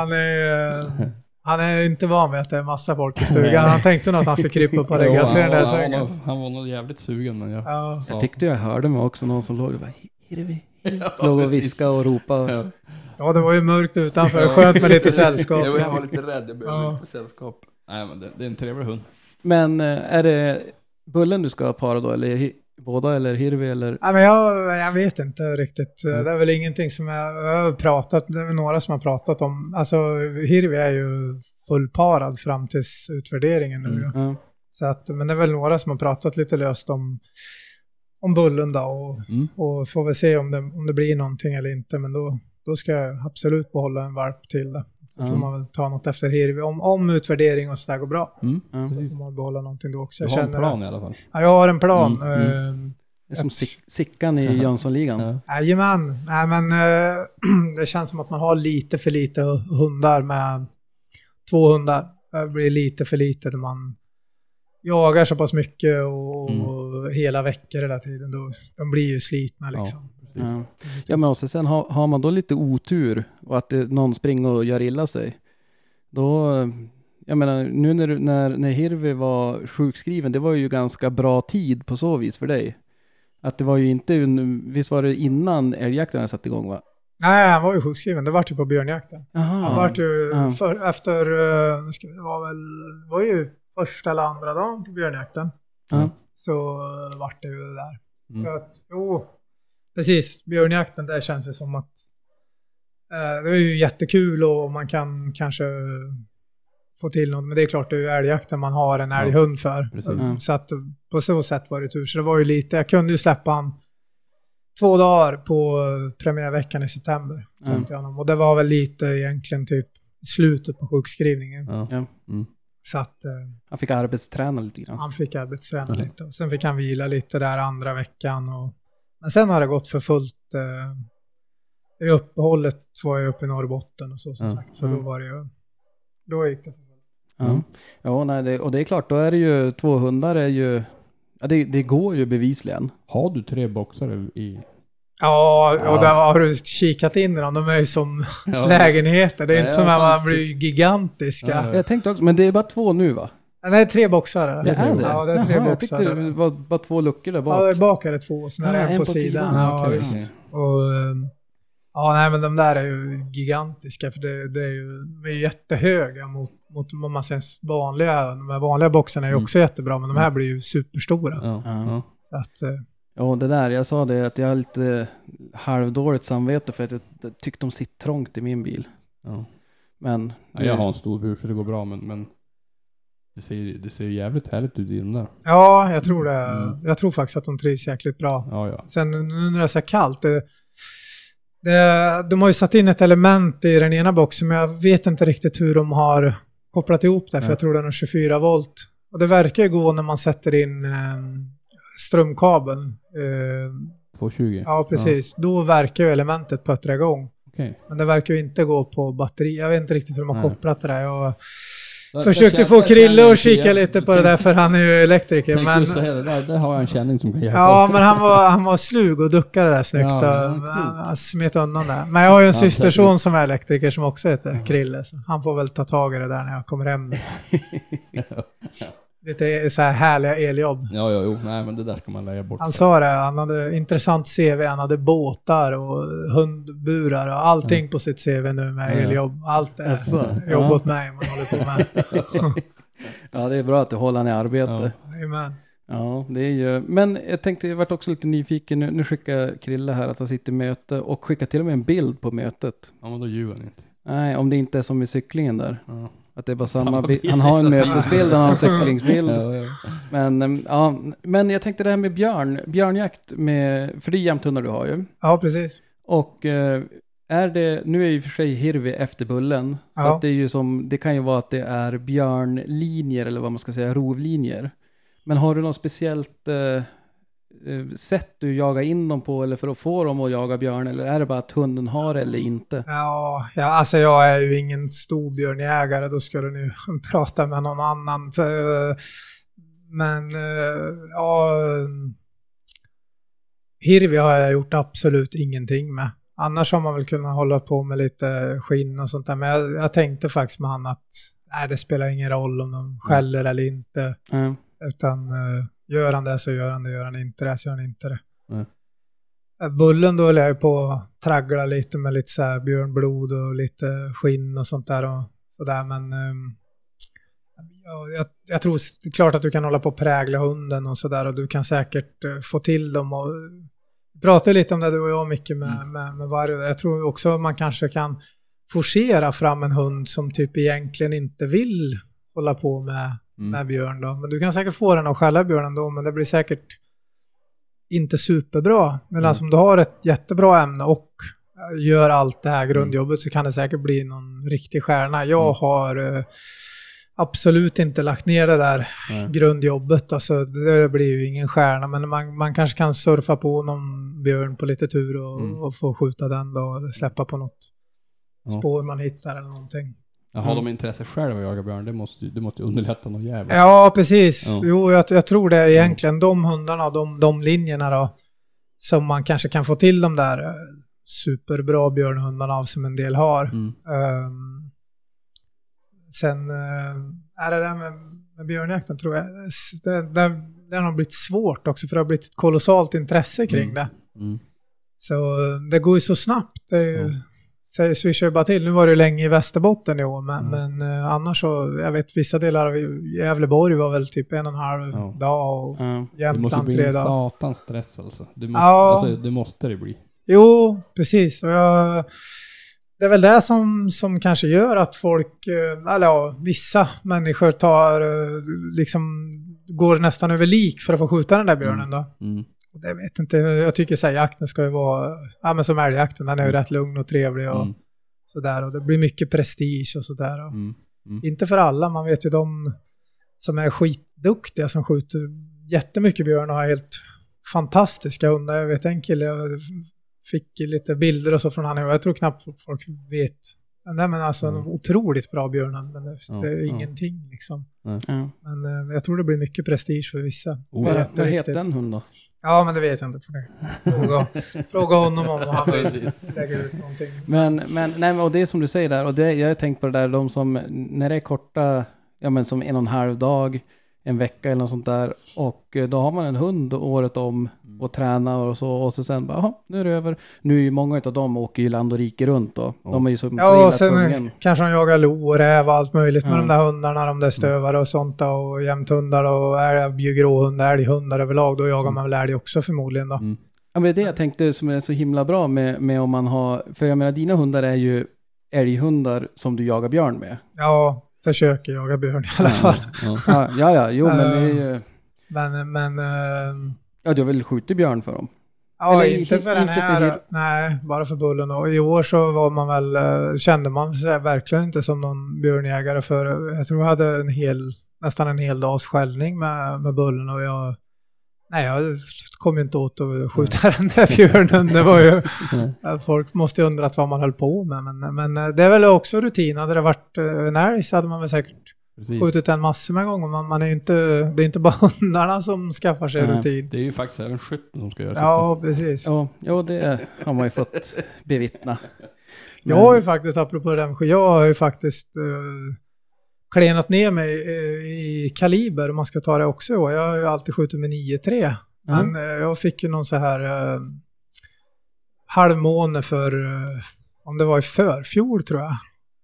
Han är inte van med att det är massa folk i stugan. Han tänkte nog att han fick krypa upp och lägga sig i den där sängen. Han var nog jävligt sugen, men jag tyckte jag hörde mig också någon som låg och bara Hirvi. Låg och viska och ropa. Ja, det var ju mörkt utanför. Skönt med lite sällskap. Jag var lite rädd, jag behövde lite sällskap. Nej, men det är en trevlig hund. Men är det Bullen du ska para då, eller båda, eller Hirvi, eller? Ja, men jag vet inte riktigt. Det är väl ingenting som jag har pratat. Det är väl några som har pratat om. Alltså Hirvi är ju fullparad fram till utvärderingen nu. Så att, men det är väl några som har pratat lite löst om Bullen då, och får väl se om det blir någonting eller inte. Men då ska jag absolut behålla en valp till det. Så får man väl ta något efter Hirvi. Om utvärdering och så där går bra. Så får man behålla någonting då också. Du har en plan i alla fall. Ja, jag har en plan. Det är som Sickan i Jönssonligan. Jajamän. Nej, men det känns som att man har lite för lite hundar med 2 hundar. Det blir lite för lite när man jagar så pass mycket och hela veckor hela tiden. De blir ju slitna liksom. Ja, men också sen har man då lite otur och att någon springer och gör illa sig. Då, jag menar, nu när Hirvi var sjukskriven, det var ju ganska bra tid på så vis för dig. Att det var ju inte, visst var det innan älgjakten hade satt igång, va? Nej, han var ju sjukskriven. Det var ju på björnjakten. Aha. Han var ju efter, det var ju första eller andra dagen på björnjakten. Så var det ju det där. Så att, precis, björnjakten, där känns det som att det är ju jättekul och man kan kanske få till något. Men det är klart, det är ju älgjakten man har en älghund för. Så att på så sätt var det tur. Så det var ju lite, jag kunde ju släppa han 2 dagar på premiärveckan i september. Och det var väl lite egentligen typ slutet på sjukskrivningen. Så att, han fick arbetsträna lite grann. Han fick arbetsträna lite. Och sen fick han vila lite där andra veckan. Men sen har det gått för fullt. I uppehållet var jag uppe i Norrbotten och så som sagt. Så då var det ju, då gick det för fullt. Ja, nej, och det är klart, då är det ju 2 hundar är ju, ja, det går ju bevisligen. Har du 3 boxar i? Ja, och där har du kikat in i dem. De är ju som lägenheter. Det är inte som att man blir gigantiska. Jag tänkte också, men det är bara 2 nu, va? Nej, 3 boxar. Det är det? Ja, det är 3 boxar. Jag tyckte det var bara 2 luckor där bak. Ja, bak är det 2. Sen är det en på sidan. Ja, visst. Och, nej, men de där är ju gigantiska. För det är ju, de är jättehöga mot vad man säger vanliga. De vanliga boxarna är ju också jättebra. Men de här blir ju superstora. Så att... Ja, det där, jag sa det att jag har lite halvdåligt samvete för att jag tyckte de sitter trångt i min bil. Men jag har en stor bur så det går bra, men det ser jävligt härligt ut i den där. Ja, jag tror det. Jag tror faktiskt att de trivs jäkligt bra. Sen nu när det är så kallt, de har ju satt in ett element i den ena boxen, men jag vet inte riktigt hur de har kopplat ihop det, för jag tror det är 24 volt. Och det verkar ju gå när man sätter in strömkabeln. 220. Ja, precis. Då verkar ju elementet puttra igång. Men det verkar ju inte gå på batteri. Jag vet inte riktigt hur de har kopplat det där. Jag försökte få Krille att kika lite på det där, för han är ju elektriker. Men det har jag en känning som kan hjälpa. Ja, men han var slug och duckade där snyggt. Han smet undan där. Men jag har ju en systerson som är elektriker som också heter Krille. Så han får väl ta tag i det där när jag kommer hem. Lite så här härliga eljobb. Nej, men det där ska man lägga bort. Han sa det, han hade intressant CV, han hade båtar och hundburar och allting på sitt CV nu med eljobb. Allt är jobb åt mig man håller på med. Ja, det är bra att du håller han i arbete. Amen. Ja, det är ju... Men jag tänkte, jag varit också lite nyfiken. Nu skickar Krille här att han sitter i möte och skickar till och med en bild på mötet. Ja, men då ljuger han inte. Nej, om det inte är som i cyklingen där. Att det är bara samma bild. Han har en mötesbild, han har en cyklingsbild. Men jag tänkte det här med björnjakt för det är jämthundar du har ju. Ja, precis. Och är det, nu är ju för sig Hirvi efter bullen. Så att det är ju som, det kan ju vara att det är björnlinjer eller vad man ska säga, rovlinjer. Men har du något speciellt sätt du jagar in dem på eller för att få dem att jaga björn, eller är det bara att hunden har eller inte? Ja, alltså jag är ju ingen stor björnjägare, då skulle ni prata med någon annan. Hirvi har jag gjort absolut ingenting med. Annars har man väl kunnat hålla på med lite skinn och sånt där, men jag tänkte faktiskt med han att det spelar ingen roll om de skäller eller inte. Utan gör han det så gör han det, gör han inte det så gör han inte det. Bullen då höll jag på att traggla lite med lite så här björnblod och lite skinn och sånt där och sådär, men jag tror det är klart att du kan hålla på och prägla hunden och sådär, och du kan säkert få till dem och prata lite om det du och jag mycket med varje. Jag tror också man kanske kan forcera fram en hund som typ egentligen inte vill hålla på med björn då. Men du kan säkert få den att skälla björnen då, men det blir säkert inte superbra. Men om du har ett jättebra ämne och gör allt det här grundjobbet så kan det säkert bli någon riktig stjärna. Jag har absolut inte lagt ner det där grundjobbet. Alltså, det blir ju ingen stjärna, men man kanske kan surfa på någon björn på lite tur och få skjuta den då, eller släppa på något spår man hittar eller någonting. Har de intresse själv att jaga björn? Det måste ju underlätta något jävligt. Ja, precis. Ja. Jo, jag tror det är egentligen de hundarna, de linjerna då, som man kanske kan få till de där superbra björnhundarna av som en del har. Sen är det där med björnjakten, tror jag, det har nog blivit svårt också, för det har blivit ett kolossalt intresse kring det. Så det går ju så snabbt. Det är ju, swishar ju bara till. Nu var det ju länge i Västerbotten i år, men annars så, jag vet, vissa delar av Gävleborg var väl typ 1,5 dag och Jämtland 3 dagar. Det måste bli en satans stress alltså. Alltså. Det måste det bli. Jo, precis. Och det är väl det som kanske gör att folk, eller vissa människor går nästan över lik för att få skjuta den där björnen då. Och det vet inte, jag tycker så här, jakten ska ju vara, men som älgjakten, den är ju rätt lugn och trevlig och sådär, och det blir mycket prestige och sådär. Inte för alla, man vet ju de som är skitduktiga som skjuter jättemycket björn och har helt fantastiska hundar. Jag vet en kille, jag fick lite bilder och så från han, och jag tror knappt folk vet. Nej, men alltså en otroligt bra björn, men det är ingenting liksom. Men jag tror det blir mycket prestige för vissa. Vad heter den hund då? Ja, men det vet jag inte för det. Fråga honom om han vill lägga ut någonting. Men och det är som du säger där, och jag har tänkt på det där, de som, när det är korta, som 1,5 dag, en vecka eller något sånt där, och då har man en hund året om och tränar och så sen bara, nu är det över. Nu är ju många av dem åker ju land och rike runt då. De är ju så och sen tvungen. Kanske de jagar lo och räv och allt möjligt med de där hundarna, de där stövare och sånt då, och jämthundar och gråhundar, älghundar överlag, då jagar man väl älg också förmodligen då. Ja, men det är det jag tänkte som är så himla bra med om man har, för jag menar dina hundar är ju älghundar som du jagar björn med. Ja, försöker jaga björn i alla fall. Jo, men det är ju... Men du har väl skjutit björn för dem? Ja, eller inte för den här. Nej, bara för bullen. Och i år så var man väl, kände man sig verkligen inte som någon björnjägare, för jag tror jag hade nästan en hel dags skällning med bullen, och jag kom ju inte åt att skjuta den där björnen. Det var ju, folk måste ju undrat vad man höll på med, men det är väl också rutin. Hade det varit en älg så hade man väl säkert skjutit en massor med gånger. Man är inte, det är inte bara hundarna som skaffar sig rutin. Det är ju faktiskt även skytten som ska göra. Ja, precis. Ja, det har man ju fått bevittna. Jag har ju faktiskt, apropå den, jag har ju faktiskt klenat ner mig i kaliber, om man ska ta det också. Jag har ju alltid skjutit med 9-3. Men jag fick ju någon så här halvmåne för, om det var i förfjol tror jag.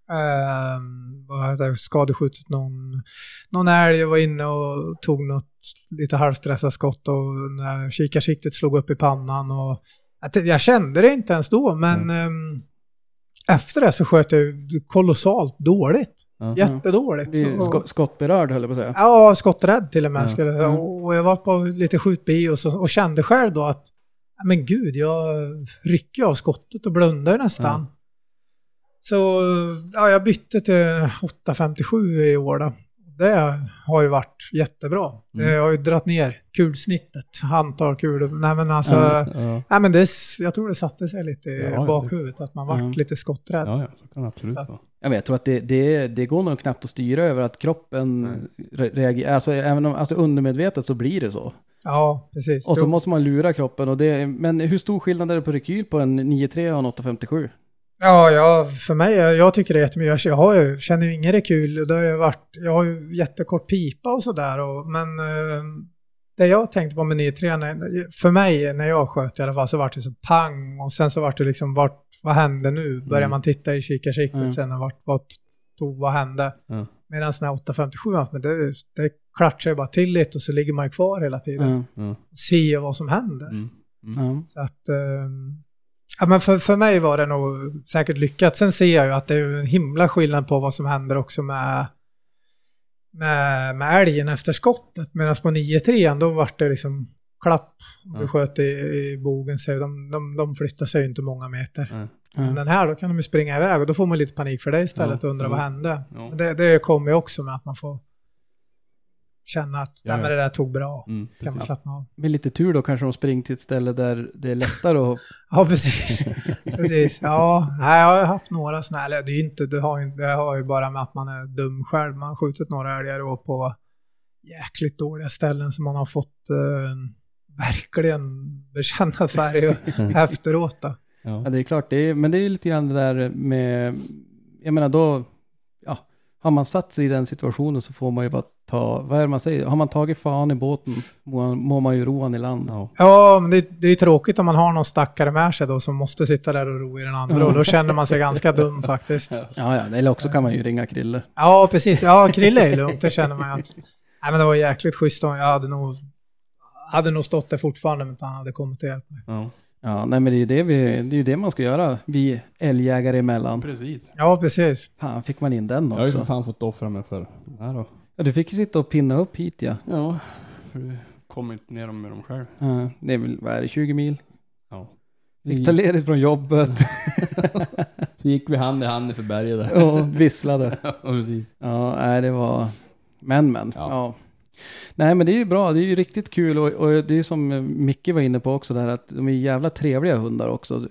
Jag skadeskjutit någon älg. Jag var inne och tog något lite halvstressat skott, och när kikarsiktet slog upp i pannan, och jag kände det inte ens då, men efter det så sköt jag kolossalt dåligt. Jättedåligt. Skottberörd höll jag på att säga. Ja, skotträdd till och med. Och jag var på lite skjutbi och kände själv då att men gud, jag rycker av skottet och blundar nästan. Så jag bytte till 8,57 i år då. Det har ju varit jättebra. Det har ju dratt ner kulsnittet, antal kulor. Nej, men alltså, men jag tror det satte sig lite i bakhuvudet, att man varit lite skotträdd. Ja, så kan det absolut vara. Jag tror att det går nog knappt att styra över att kroppen reagerar. Alltså, även om undermedvetet så blir det så. Ja, precis. Och så måste man lura kroppen. Men hur stor skillnad är det på rekyl på en 9,3 och en 8,57? Ja, för mig, jag tycker det är jättemycket. Jag känner ju ingen rekyl. Jag har ju jättekort pipa och sådär. Men det jag tänkte på med 9,3, för mig när jag sköt i alla fall, så var det så pang. Och sen så var det liksom, vad hände nu? Börjar man titta i kikarsiktet sen, vad hände? Medan den här 8,57, men det klatschar ju bara till lite, och så ligger man kvar hela tiden. Och ser vad som händer. Så att... men för mig var det nog säkert lyckat. Sen ser jag ju att det är en himla skillnad på vad som händer också med älgen efter skottet. Medan på 9,3 då var det liksom klapp. Du sköt i bogen, så de flyttar sig inte många meter. Men den här, då kan de ju springa iväg och då får man lite panik för det istället och undra vad hände. Ja. Men det kommer ju också med att man får känna att men det där tog bra. Kan man slappna av. Med lite tur då kanske de springer till ett ställe där det är lättare att... Ja, precis. Precis. Ja, nej, jag har haft några såna här, eller det är inte, det har ju bara med att man är dum själv. Man har skjutit några älgar på jäkligt dåliga ställen som man har fått verkligen bekänna färg efteråt då. Ja, det är klart. Men det är lite grann det där med... Jag menar då... Ja, har man satt sig i den situationen så får man ju bara ta... Vad är det man säger? Har man tagit fan i båten må man ju roan i land. Ja, men det är ju tråkigt om man har någon stackare med sig då som måste sitta där och ro i den andra. Och då känner man sig ganska dum faktiskt. Ja, eller också kan man ju ringa Krille. Ja, precis. Ja, Krille är lugnt. Det känner man att... Nej, men det var jäkligt schysst. Jag hade nog stått där fortfarande men han hade kommit till hjälp med. Ja, nej men det är ju det man ska göra. Vi älgjägare emellan. Precis. Ja, precis. Fan, fick man in den också. Jag har ju för fan fått offra mig för det här då. Ja, du fick ju sitta och pinna upp hit, ja. Ja, för du kommer inte ner med dem själv. Ja, det är väl, vad är det, 20 mil? Ja. Fick ta ledigt från jobbet. Så gick vi hand i hand för berget där. Ja, visslade. Ja, precis. Ja, nej, det var... Men. Ja. Nej, men det är ju bra. Det är ju riktigt kul. Och det är som Micke var inne på också där, att de är jävla trevliga hundar också.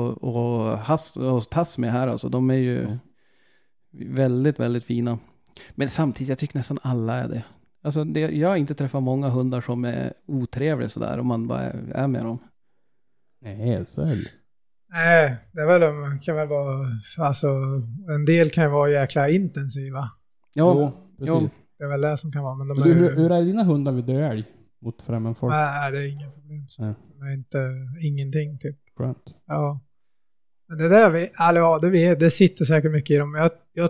Och Tass med här alltså. De är ju väldigt, väldigt fina. Men samtidigt, jag tycker nästan alla är det. Alltså, jag har inte träffat många hundar som är otrevliga sådär. Om man bara är med dem. Nej, så är det. Nej, det är väl, kan väl vara... Alltså, en del kan ju vara jäkla intensiva. Ja, precis. Det är väl det som kan vara. Men hur är dina hundar vid döälg mot främmande folk? Nej, det är inga problem. Det är inte ingenting typ. Skönt. Ja. Men det där det sitter säkert mycket i dem.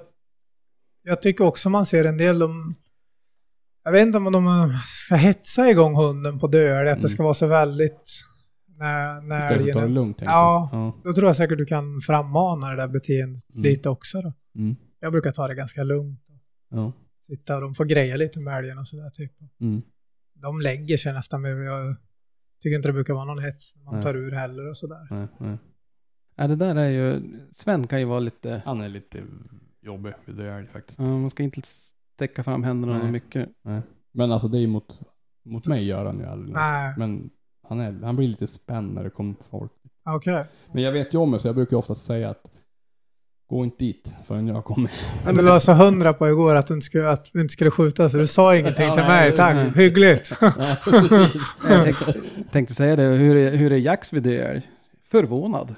Jag tycker också man ser en del jag vet inte om de ska hetsa igång hunden på döälg, att det ska vara så väldigt när istället för att ta det lugnt. Ja, då tror jag säkert du kan frammana det där beteendet lite också då. Jag brukar ta det ganska lugnt. Sitta och de får greja lite med älgen och sådär typ. De lägger sig nästan med. Jag tycker inte det brukar vara någon hets när man tar ur heller och sådär. Ja, det där är ju... Sven kan ju vara lite... Han är lite jobbig vid döälg faktiskt. Ja, man ska inte stäcka fram händerna mycket. Nej. Men alltså det är mot mig gör han ju aldrig. Men han blir lite spänd när det kommer folk. Okej. Men jag vet ju om det, så jag brukar ofta säga att gå inte dit förrän jag kommer. Men du var så 100 på igår att du inte skulle skjuta, så du sa ingenting till mig. Tack, hyggligt. Jag tänkte säga det, hur är Jax vid det? Förvånad.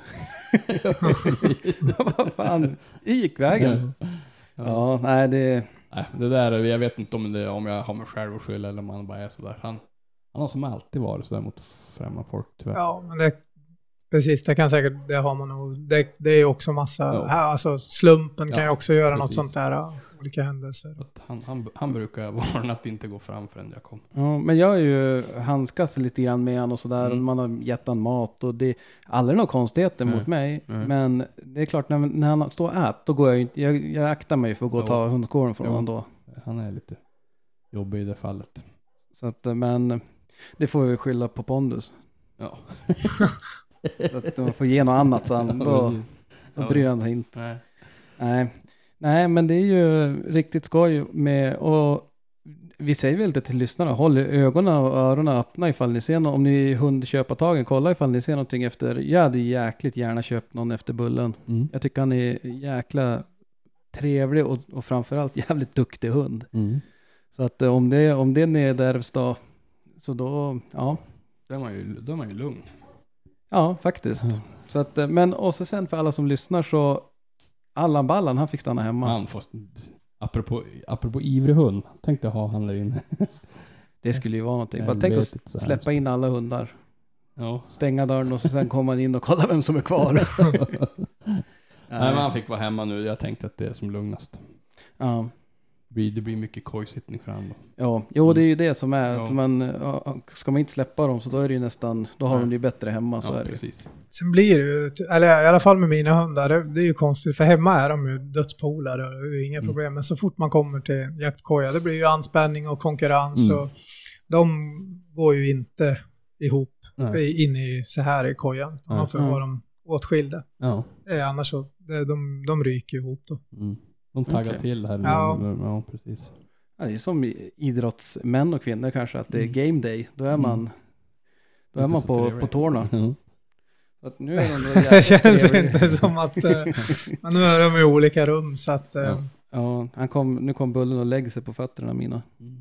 Vad fan, gick vägen. Ja, nej det... Nej, det där, jag vet inte om jag har mig själv att skylla eller om han bara är sådär. Han har som alltid varit sådär mot främmande folk, tyvärr. Ja, men precis, det kan säkert, det har man nog, det är ju också massa, alltså slumpen kan ju också göra något sånt där, olika händelser. Han brukar varna att inte gå fram förrän jag kom. Ja, men jag är ju handskas lite grann med han och sådär, och man har gett han mat och det är aldrig några konstigheter mot mig, men det är klart när han står och ät, då går jag inte, jag aktar mig för att gå och ta hundskåren från honom då. Han är lite jobbig i det fallet. Så att, men det får vi skylla på Pondus. Ja. Så att man får ge något annat, så då bryr han sig inte. Nej, men det är ju riktigt skoj med, och vi säger väl det till lyssnarna, håll ögonen och öronen öppna ifall ni ser något, om ni är hundköpartagen, kolla ifall ni ser någonting efter. Jag hade jäkligt gärna köpt någon efter Bullen. Jag tycker han är jäkla trevlig och framförallt jävligt duktig hund. Så att om det nedärvs då, så då, ja. Då är man ju lugn. Ja, faktiskt. Så att, men och så sen för alla som lyssnar, så Allan Ballan, han fick stanna hemma. Han får, apropå ivrig hund, tänkte jag ha han där inne. Det skulle ju vara någonting. Bara tänk att släppa in alla hundar. Ja. Stänga dörren och så sen komma man in och kolla vem som är kvar. Nej, men han fick vara hemma nu. Jag tänkte att det är som lugnast. Ja. Det blir mycket kojsittning för honom. Ja, jo, det är ju det som är. Att ska man inte släppa dem, så då är det ju nästan, då har de det bättre hemma. Så är det precis. Sen blir det ju, eller i alla fall med mina hundar, det är ju konstigt, för hemma är de ju dödspolare, det är inga problem. Men så fort man kommer till jaktkoja, det blir ju anspänning och konkurrens, och de går ju inte ihop inne i så här i kojan. Man får vara de åtskilda. Ja. Annars så, de ryker ihop då. Mm. De taggar till här. Ja, precis. Ja, det är som idrottsmän och kvinnor kanske, att det är game day. Då är man, på tårna. Så att nu är de det känns inte som att... men nu är de i olika rum så att... Ja, nu kom Bullen och lägger sig på fötterna mina.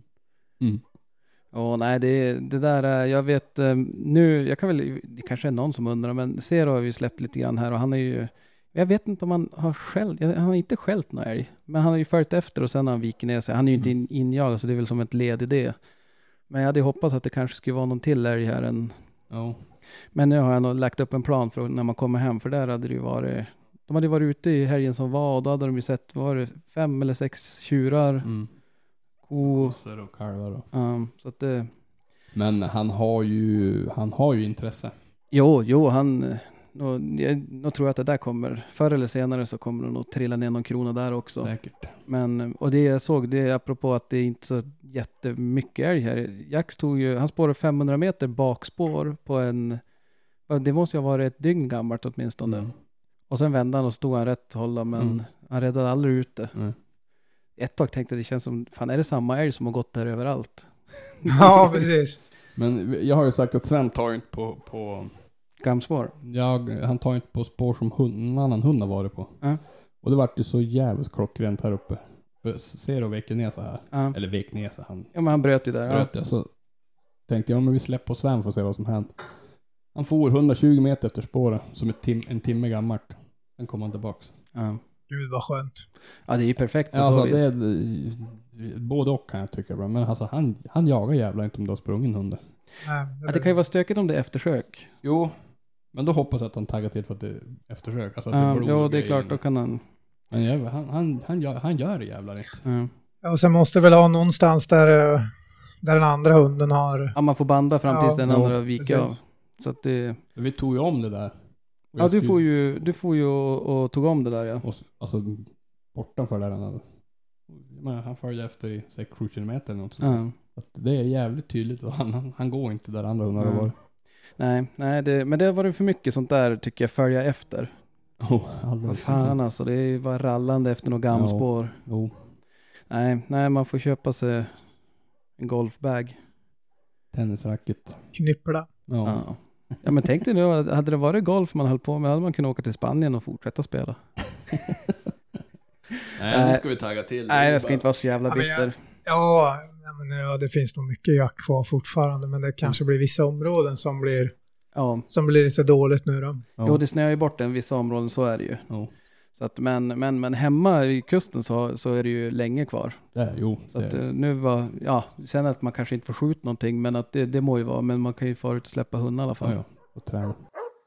Ja, nej, det där är, jag vet nu, det kanske är någon som undrar, men Zero har vi släppt lite grann här och han är ju, jag vet inte om han har han har inte skällt någon älg, men han har ju följt efter och sen har han viker ner sig. Han är ju inte injagad, så det är väl som ett led i det. Men jag hade hoppats att det kanske skulle vara någon till älg här än. Ja. Men nu har jag nog lagt upp en plan för när man kommer hem, för där hade det ju varit, de hade varit ute i helgen som var och då hade de ju sett, var det 5 eller 6 tjurar. Kossor och kalvar då. Så att det... Men han har ju intresse. Jo, jag tror att det där kommer, förr eller senare så kommer det nog trilla ner någon krona där också. Säkert. Men, och det jag såg, det är apropå att det är inte så jättemycket älg här. Jax han spårade 500 meter bakspår på det måste ju ha varit ett dygn gammalt åtminstone. Och sen vände han och stod han rätt hålla, men han räddade aldrig ut det. Ett tag tänkte det känns som, fan är det samma älg som har gått där överallt? Ja, precis. Men jag har ju sagt att Sven tar inte på gamspår. Han tar inte på spår som en annan hund har varit på. Och det var ju så jävligt klockrent här uppe. Ser du vek ner så här? Eller vek ner så han. Ja, men han bröt ju där. Så tänkte jag, men vi släpper på Sven för att se vad som händer. Han for 120 meter efter spåret som en timme gammalt. Sen kom han tillbaks. Gud vad skönt. Ja, det är ju perfekt på alltså, så vis. Både och kan jag tycka bra. Men alltså, han jagar jävla inte om du har sprungen hundar. Det kan ju vara stökigt om det är eftersök. Jo, men då hoppas jag att han taggar till för att det är eftersök. Alltså att det är klart, då kan han... Men han gör det jävlar inte. Ja, och sen måste väl ha någonstans där den andra hunden har... Ja, man får banda fram tills den andra viker av. Så att det... Vi tog ju om det där. Ja, du får ju och tog om det där, ja. Och, alltså, bortanför där han följde efter i 6-7 kilometer eller något sånt. Att det är jävligt tydligt att han går inte där andra hundar var. Nej, men det var det för mycket sånt där tycker jag, följa efter. Vad fan alltså, det är bara rallande efter något gamspår. Nej, man får köpa sig en golfbag. Tennisracket. Knyppla. Ja, men tänk dig nu, hade det varit golf man höll på med, hade man kunnat åka till Spanien och fortsätta spela. Nej, nu ska vi tagga till. Nej, jag ska inte vara så jävla bitter. Ja, det finns nog mycket jakt kvar fortfarande, men det kanske blir vissa områden som blir lite dåligt nu då. Jo, det snöar ju bort en vissa områden, så är det ju. Så att, men hemma i kusten så är det ju länge kvar. Så att nu var, sen att man kanske inte får skjuta någonting, men att det må ju vara, men man kan ju få ut och släppa hundar i alla fall. Och träna.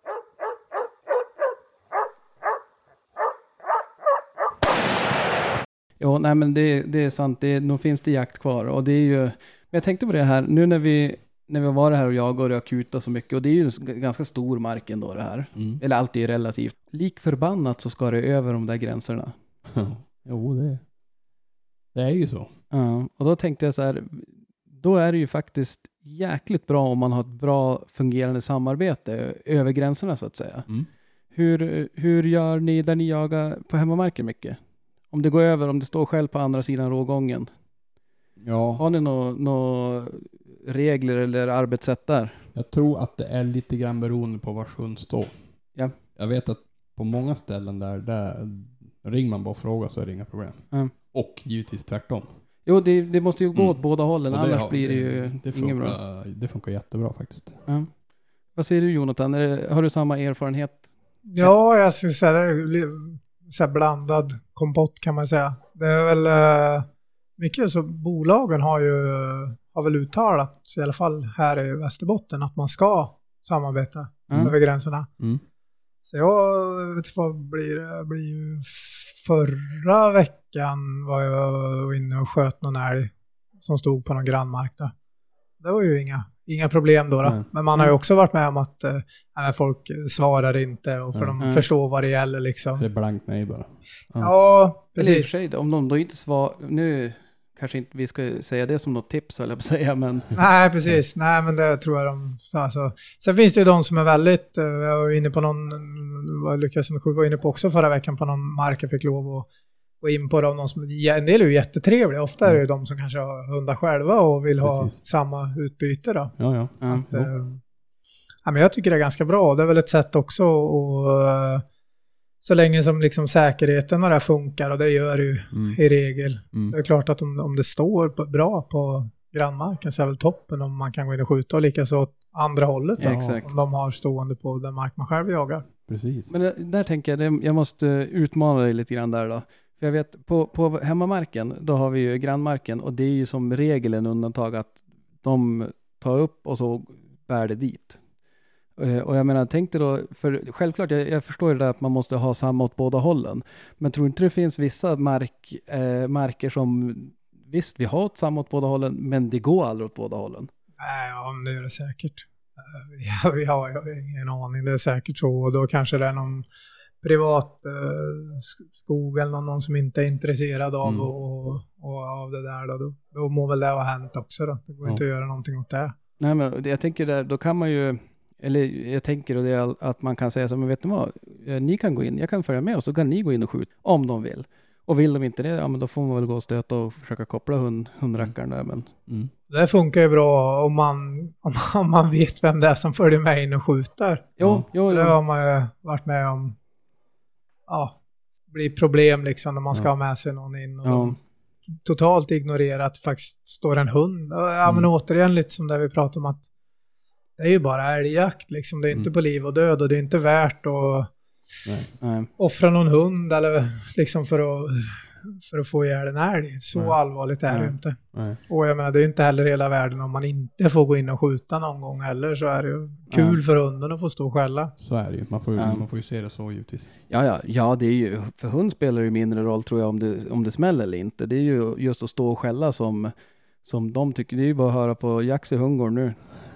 Jo, nej men det är sant, nog finns det jakt kvar, och det är ju, men jag tänkte på det här, nu när vi har varit här och jagat och akuta så mycket, och det är ju en ganska stor mark ändå det här. Eller allt är ju relativt. Lik förbannat så ska det över de där gränserna. Jo, det är ju så. Ja, och då tänkte jag så här, då är det ju faktiskt jäkligt bra om man har ett bra fungerande samarbete över gränserna så att säga. Hur gör ni där ni jagar på hemmamarken mycket? Om det går över, om det står själv på andra sidan rågången. Ja. Har ni några regler eller arbetssätt där? Jag tror att det är lite grann beroende på var hund står. Ja. Jag vet att på många ställen där ringer man bara och frågar så är det inga problem. Och givetvis tvärtom. Jo, det måste ju gå åt båda hållen, annars blir det ju inget bra. Det funkar jättebra faktiskt. Vad säger du, Jonathan? Har du samma erfarenhet? Ja, jag skulle säga det är så här blandad kompott kan man säga. Det är väl mycket så bolagen har väl uttalat i alla fall här i Västerbotten att man ska samarbeta över gränserna. Så jag vet vad blir ju förra veckan var jag inne och sköt någon älg som stod på någon grannmark där. Det var ju inga problem då. Men man har ju också varit med om att folk svarar inte och för de förstår vad det gäller liksom. Det är blankt nej bara. Ja, precis. Eller i och för sig, om de då inte svarar, nu kanske inte vi ska säga det som något tips, eller jag säga, men... Nej, precis. Nej, men det tror jag alltså. Sen finns det ju de som är väldigt, jag var inne på någon, vad Lukas var inne på också förra veckan, på någon mark jag fick lov att gå in på dem. En del är ju jättetrevliga, ofta är det ju de som kanske har hundar själva och vill ha samma utbyte då. Ja. Men jag tycker det är ganska bra. Det är väl ett sätt också och så länge som liksom säkerheten och det funkar, och det gör det ju i regel. Så det är klart att om det står bra på grannmarken så är det väl toppen om man kan gå in och skjuta, och likaså åt andra hållet då, om de har stående på den mark man själv jagar. Precis. Men där tänker jag måste utmana dig lite grann där då. För jag vet, på hemmamarken, då har vi ju grannmarken, och det är ju som regel en undantag att de tar upp och så bär det dit. Och jag menar, tänk dig då, för självklart, jag förstår ju det där att man måste ha samma åt båda hållen. Men tror inte det finns vissa marker som, visst, vi har åt samma åt båda hållen, men det går aldrig åt båda hållen? Nej, ja, det är det säkert. Vi har ingen aning, det är säkert så. Och då kanske det är någon privat skog eller någon som inte är intresserad av och av det där. Då må väl det ha hänt också då. Det går inte att göra någonting åt det. Nej, men jag tänker där, då kan man ju... Eller jag tänker då det att man kan säga så, men vet ni vad, ni kan gå in, jag kan följa med, och så kan ni gå in och skjuta om de vill. Och vill de inte det, ja men då får man väl gå och stöta och försöka koppla hundrackaren där. Men... Det funkar ju bra om man vet vem det är som följer med in och skjuter. Jo. Det har man ju varit med om. Ja, det blir problem liksom när man ska ha med sig någon in och totalt ignorera att faktiskt står en hund. Ja, men återigen lite som det vi pratade om, att det är ju bara älgjakt liksom. Det är inte på liv och död, och det är inte värt att offra någon hund eller liksom för att få ihjäl en älg. Så allvarligt är det inte. Och jag menar, det är ju inte heller hela världen om man inte får gå in och skjuta någon gång heller, så är det ju kul för hunden att få stå och skälla. Så är det ju. Man får ju se det så givetvis. Ja, det är ju, för hund spelar det mindre roll tror jag om det smäller eller inte. Det är ju just att stå och skälla som de tycker. Det är ju bara att höra på Jaxi Hungor nu.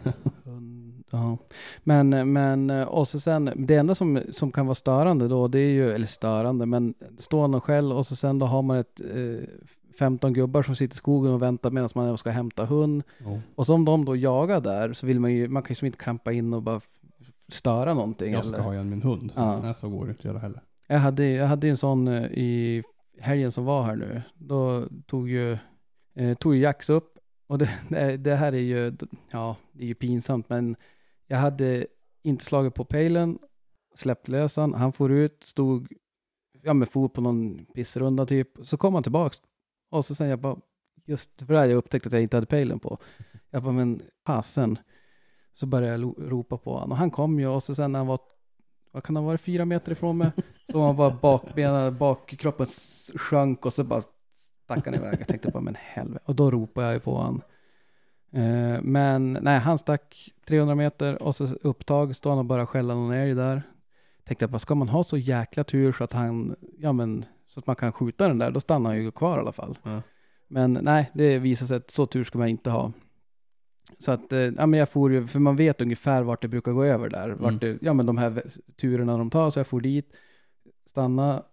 Ja. Men och så sen det enda som kan vara störande då, det är ju, eller störande, men står någon själv och så sen då har man ett 15 gubbar som sitter i skogen och väntar medan man ska hämta hund. Och som de då jagar där, så vill man kan ju som inte klampa in och bara störa någonting. Jag ska ha igen min hund. Nej, så går det inte att göra heller. Jag hade en sån i helgen som var här nu. Då tog ju Jax upp. Och det här är ju, det är ju pinsamt, men jag hade inte slagit på pejlen, släppt lösan, han får ut, stod med fot på någon pissrunda typ, så kom han tillbaks, och så sen jag bara, just för det här jag upptäckte att jag inte hade pejlen på, jag bara, men passen, så började jag ropa på han, och han kom ju, och så sen när han var, vad kan han vara, 4 meter ifrån mig, så han bara bakkroppen sjönk, och så bara stack han iväg. Jag tänkte bara, men helvete. Och då ropade jag ju på han. Men nej, han stack 300 meter och så upptag, stod han och bara skälla någon älg där. Tänkte jag bara, ska man ha så jäkla tur så att så att man kan skjuta den där, då stannar han ju kvar i alla fall. Men nej, det visar sig att så tur ska man inte ha. Så att, men jag får ju, för man vet ungefär vart det brukar gå över där. Vart det, men de här turerna de tar, så jag får dit, stanna.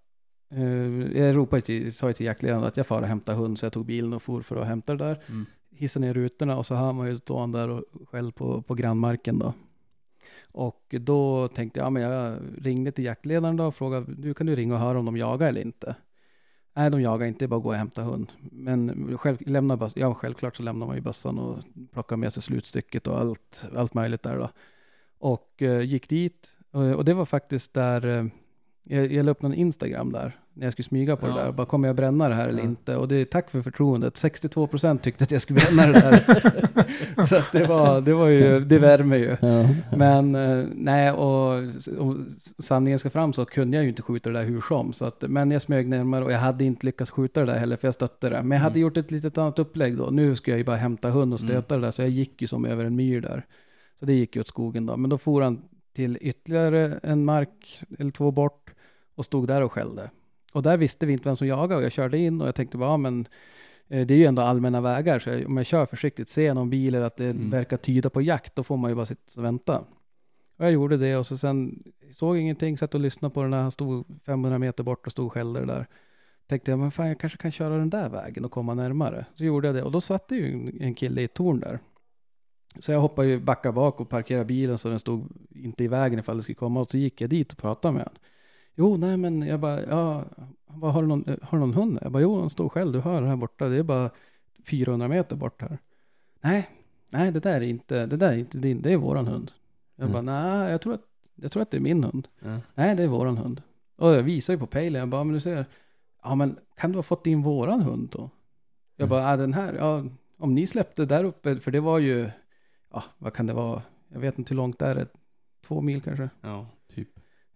Jag sa till jaktledaren att jag far och hämta hund, så jag tog bilen och for för att hämta det där. Hissade ner rutorna, och så har man ju stående där och själv på grannmarken då. Och då tänkte jag, men jag ringde till jaktledaren då och frågade, kan du ringa och höra om de jagar eller inte? Nej, de jagar inte, det är bara att gå och hämta hund. Men självklart så lämnar man ju bössan och plockar med sig slutstycket och allt möjligt där då. Och gick dit, och det var faktiskt där jag la upp någon Instagram där när jag skulle smyga på det där. Bara, kommer jag bränna det här eller inte? Och det är tack för förtroendet. 62% tyckte att jag skulle bränna det där. Så att det var ju, det värmer ju. Men nej, och sanningen ska fram, så kunde jag ju inte skjuta det där hur som. Så att, men jag smög närmare, och jag hade inte lyckats skjuta det där heller, för jag stötte det. Men jag hade gjort ett litet annat upplägg då. Nu ska jag ju bara hämta hund och stöta det där. Så jag gick ju som över en myr där. Så det gick ju åt skogen då. Men då for han till ytterligare en mark eller 2 bort och stod där och skällde. Och där visste vi inte vem som jagade, och jag körde in och jag tänkte bara, men det är ju ändå allmänna vägar, så om jag kör försiktigt, ser någon bil eller att det verkar tyda på jakt, då får man ju bara sitta och vänta. Och jag gjorde det, och så sen såg ingenting, satt och lyssnade på den när han stod 500 meter bort och stod och skällde där. tänkte jag, men fan jag kanske kan köra den där vägen och komma närmare. Så gjorde jag det och då satt det ju en kille i ett torn där. Så jag hoppade ju backa bak och parkerade bilen så den stod inte i vägen ifall det skulle komma. Och så gick jag dit och pratade med honom. Jo, nej men jag bara, ja, har du någon hund? Jag bara, jo, han står själv, du hör här borta. Det är bara 400 meter bort här. Nej, det där är inte din, det är våran hund. Jag bara, nej, jag tror att det är min hund. Nej, det är våran hund. Och jag visar ju på pejlen, jag bara, men du ser, ja men kan du ha fått in våran hund då? Jag bara, den här, ja, om ni släppte där uppe, för det var ju, ja, vad kan det vara? Jag vet inte hur långt det är, 2 mil kanske. Ja, typ.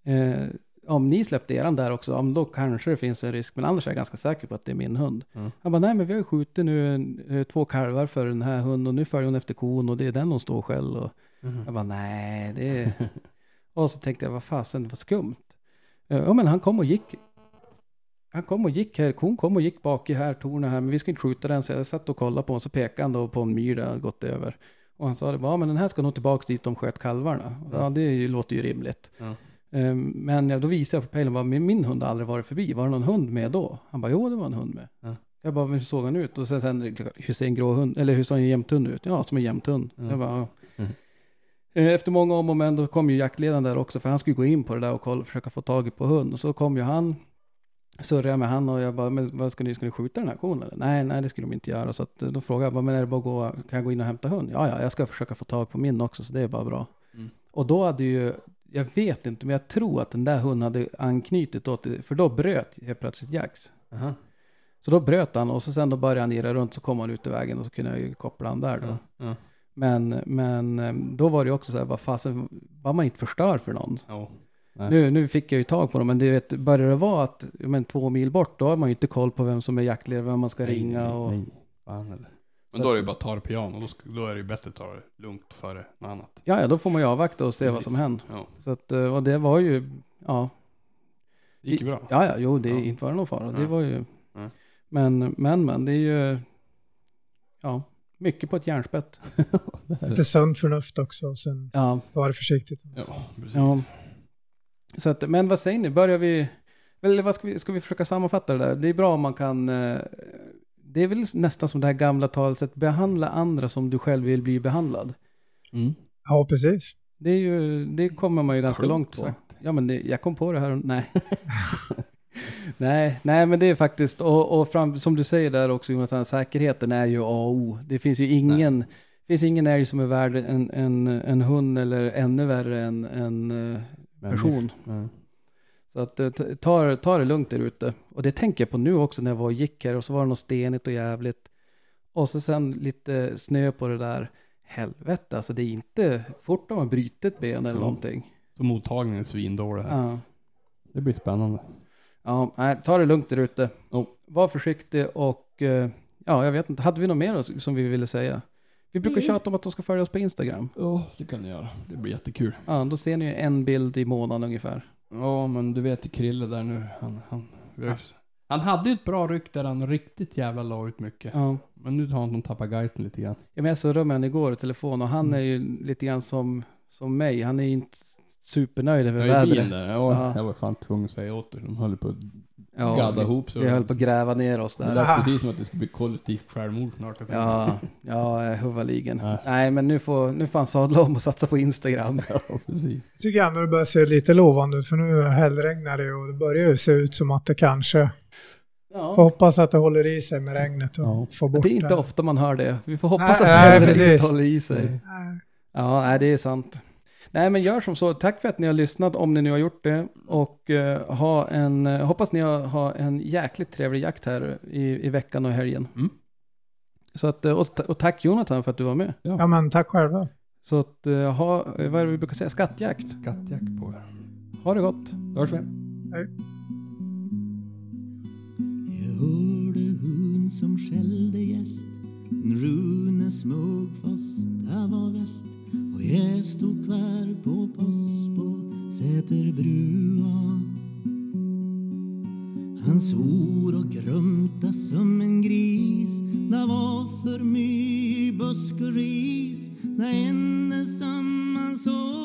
Om ni släppte eran där också, då kanske det finns en risk. Men annars är jag ganska säker på att det är min hund. Jag bara, nej men vi har ju skjutit nu 2 kalvar för den här hunden. Och nu följer hon efter kon och det är den hon står själv. Och jag bara, nej det är... Och så tänkte jag, vad fasen, vad skumt. Ja men han kom och gick här. Kon kom och gick bak i här tornet här. Men vi ska inte skjuta den. Så jag satt och kollade på honom. Så pekade han då på en myr där han gått över. Och han sa, ja men den här ska nog tillbaka dit de sköt kalvarna. Ja det låter ju rimligt. Ja. Men då visade jag på pejlen att min hund aldrig varit förbi. Var det någon hund med då? Han bara, jo det var en hund med. Ja. Jag bara, hur såg han ut? Och sen hur ser en grå hund, eller hur såg en jämthund ut? Ja, som en jämthund. Ja. Jag bara, efter många om och men då kom ju jaktledaren där också. För han skulle gå in på det där och försöka få tag på hund. Och så kom ju han, surrade jag med han och jag bara, men vad ska ni skjuta den här kon eller? Nej det skulle de inte göra. Så att, då frågade jag, men är det bara kan jag gå in och hämta hund? Ja, jag ska försöka få tag på min också så det är bara bra. Och då hade ju, jag vet inte, men jag tror att den där hunden hade anknutit åt det, för då bröt helt plötsligt Jax. Så då bröt han och så sen då började han irra runt så kom han ut i vägen och så kunde jag ju koppla han där då. Men då var det ju också så här, vad fasen, var man inte förstör för någon? Nu fick jag ju tag på dem, men det vet, börjar det vara att 2 mil bort, då har man ju inte koll på vem som är jaktledare, vem man ska ringa. Och... Nej. Men då är det ju bara att ta det piano, då är det ju bättre att ta det lugnt före något annat. Ja, då får man ju avvakta och se vad som händer. Ja. Så att, och det var ju, ja. Det gick ju bra. Ja, jo, det är inte var någon fara. Det var ju, men det är ju, ja, mycket på ett järnspett. Lite sunt förnuft också, och sen var det försiktigt. Ja, precis. Ja. Så att, men vad säger ni? Börjar vi, eller vad ska vi försöka sammanfatta det där? Det är bra om man kan... Det är väl nästan som det här gamla talet, behandla andra som du själv vill bli behandlad. Ja, precis. Det kommer man ju ganska långt på. Ja, men jag kom på det här. Nej. nej, men det är faktiskt, och som du säger där också, Jonathan, säkerheten är ju A och O. Det finns ju ingen älg som är värd en hund eller ännu värre än en person. Så att ta det lugnt där ute. Och det tänker jag på nu också när jag var och gick här. Och så var det något stenigt och jävligt. Och så sen lite snö på det där. Helvete, alltså det är inte fort om man bryter ett ben eller någonting. Så mottagningen är svindålig här. Ja. Det blir spännande. Ja, ta det lugnt där ute. Var försiktig och jag vet inte. Hade vi något mer som vi ville säga? Vi brukar tjata om att de ska följa oss på Instagram. Ja, det kan ni göra. Det blir jättekul. Ja, då ser ni ju en bild i månaden ungefär. Ja, men du vet ju Krille där nu. Han hade ju ett bra ryck där han riktigt jävla la ut mycket. Ja. Men nu har han tappat geisten lite grann. Ja, men jag surrade med honom igår i telefon och han är ju lite grann som mig. Han är inte supernöjd över vädret. Jag var fan tvungen att säga åt det. De höll på att gadda ihop. Vi höll på att gräva ner oss där. Det är precis som att det skulle bli kollektivt självmord snart. Ja, huvudligen. Nej, men nu får han sadla om och satsa på Instagram. Ja, precis. Jag tycker ändå det börjar se lite lovande ut, för nu hällregnar det och det börjar ju se ut som att det kanske... Får hoppas att det håller i sig med regnet och få bort det. Det är inte ofta man hör det. Vi får hoppas att hällregnet håller i sig. Ja, det är sant. Nej, men gör som så. Tack för att ni har lyssnat, om ni nu har gjort det. Och hoppas ni har en jäkligt trevlig jakt här i veckan och helgen. Så att, och tack Jonathan för att du var med. Ja, men tack själva. Så att vad är det vi brukar säga? Skattjakt. Skattjakt på er. Ha det gott. Hörs vi. Hej. Jag hörde hund som skällde gäst. En Rune smög fast det var väst. Och jag stod kvar på post på Säterbrua. Han svor och grumta som en gris. Det var för mycket busk och ris. När enda samman så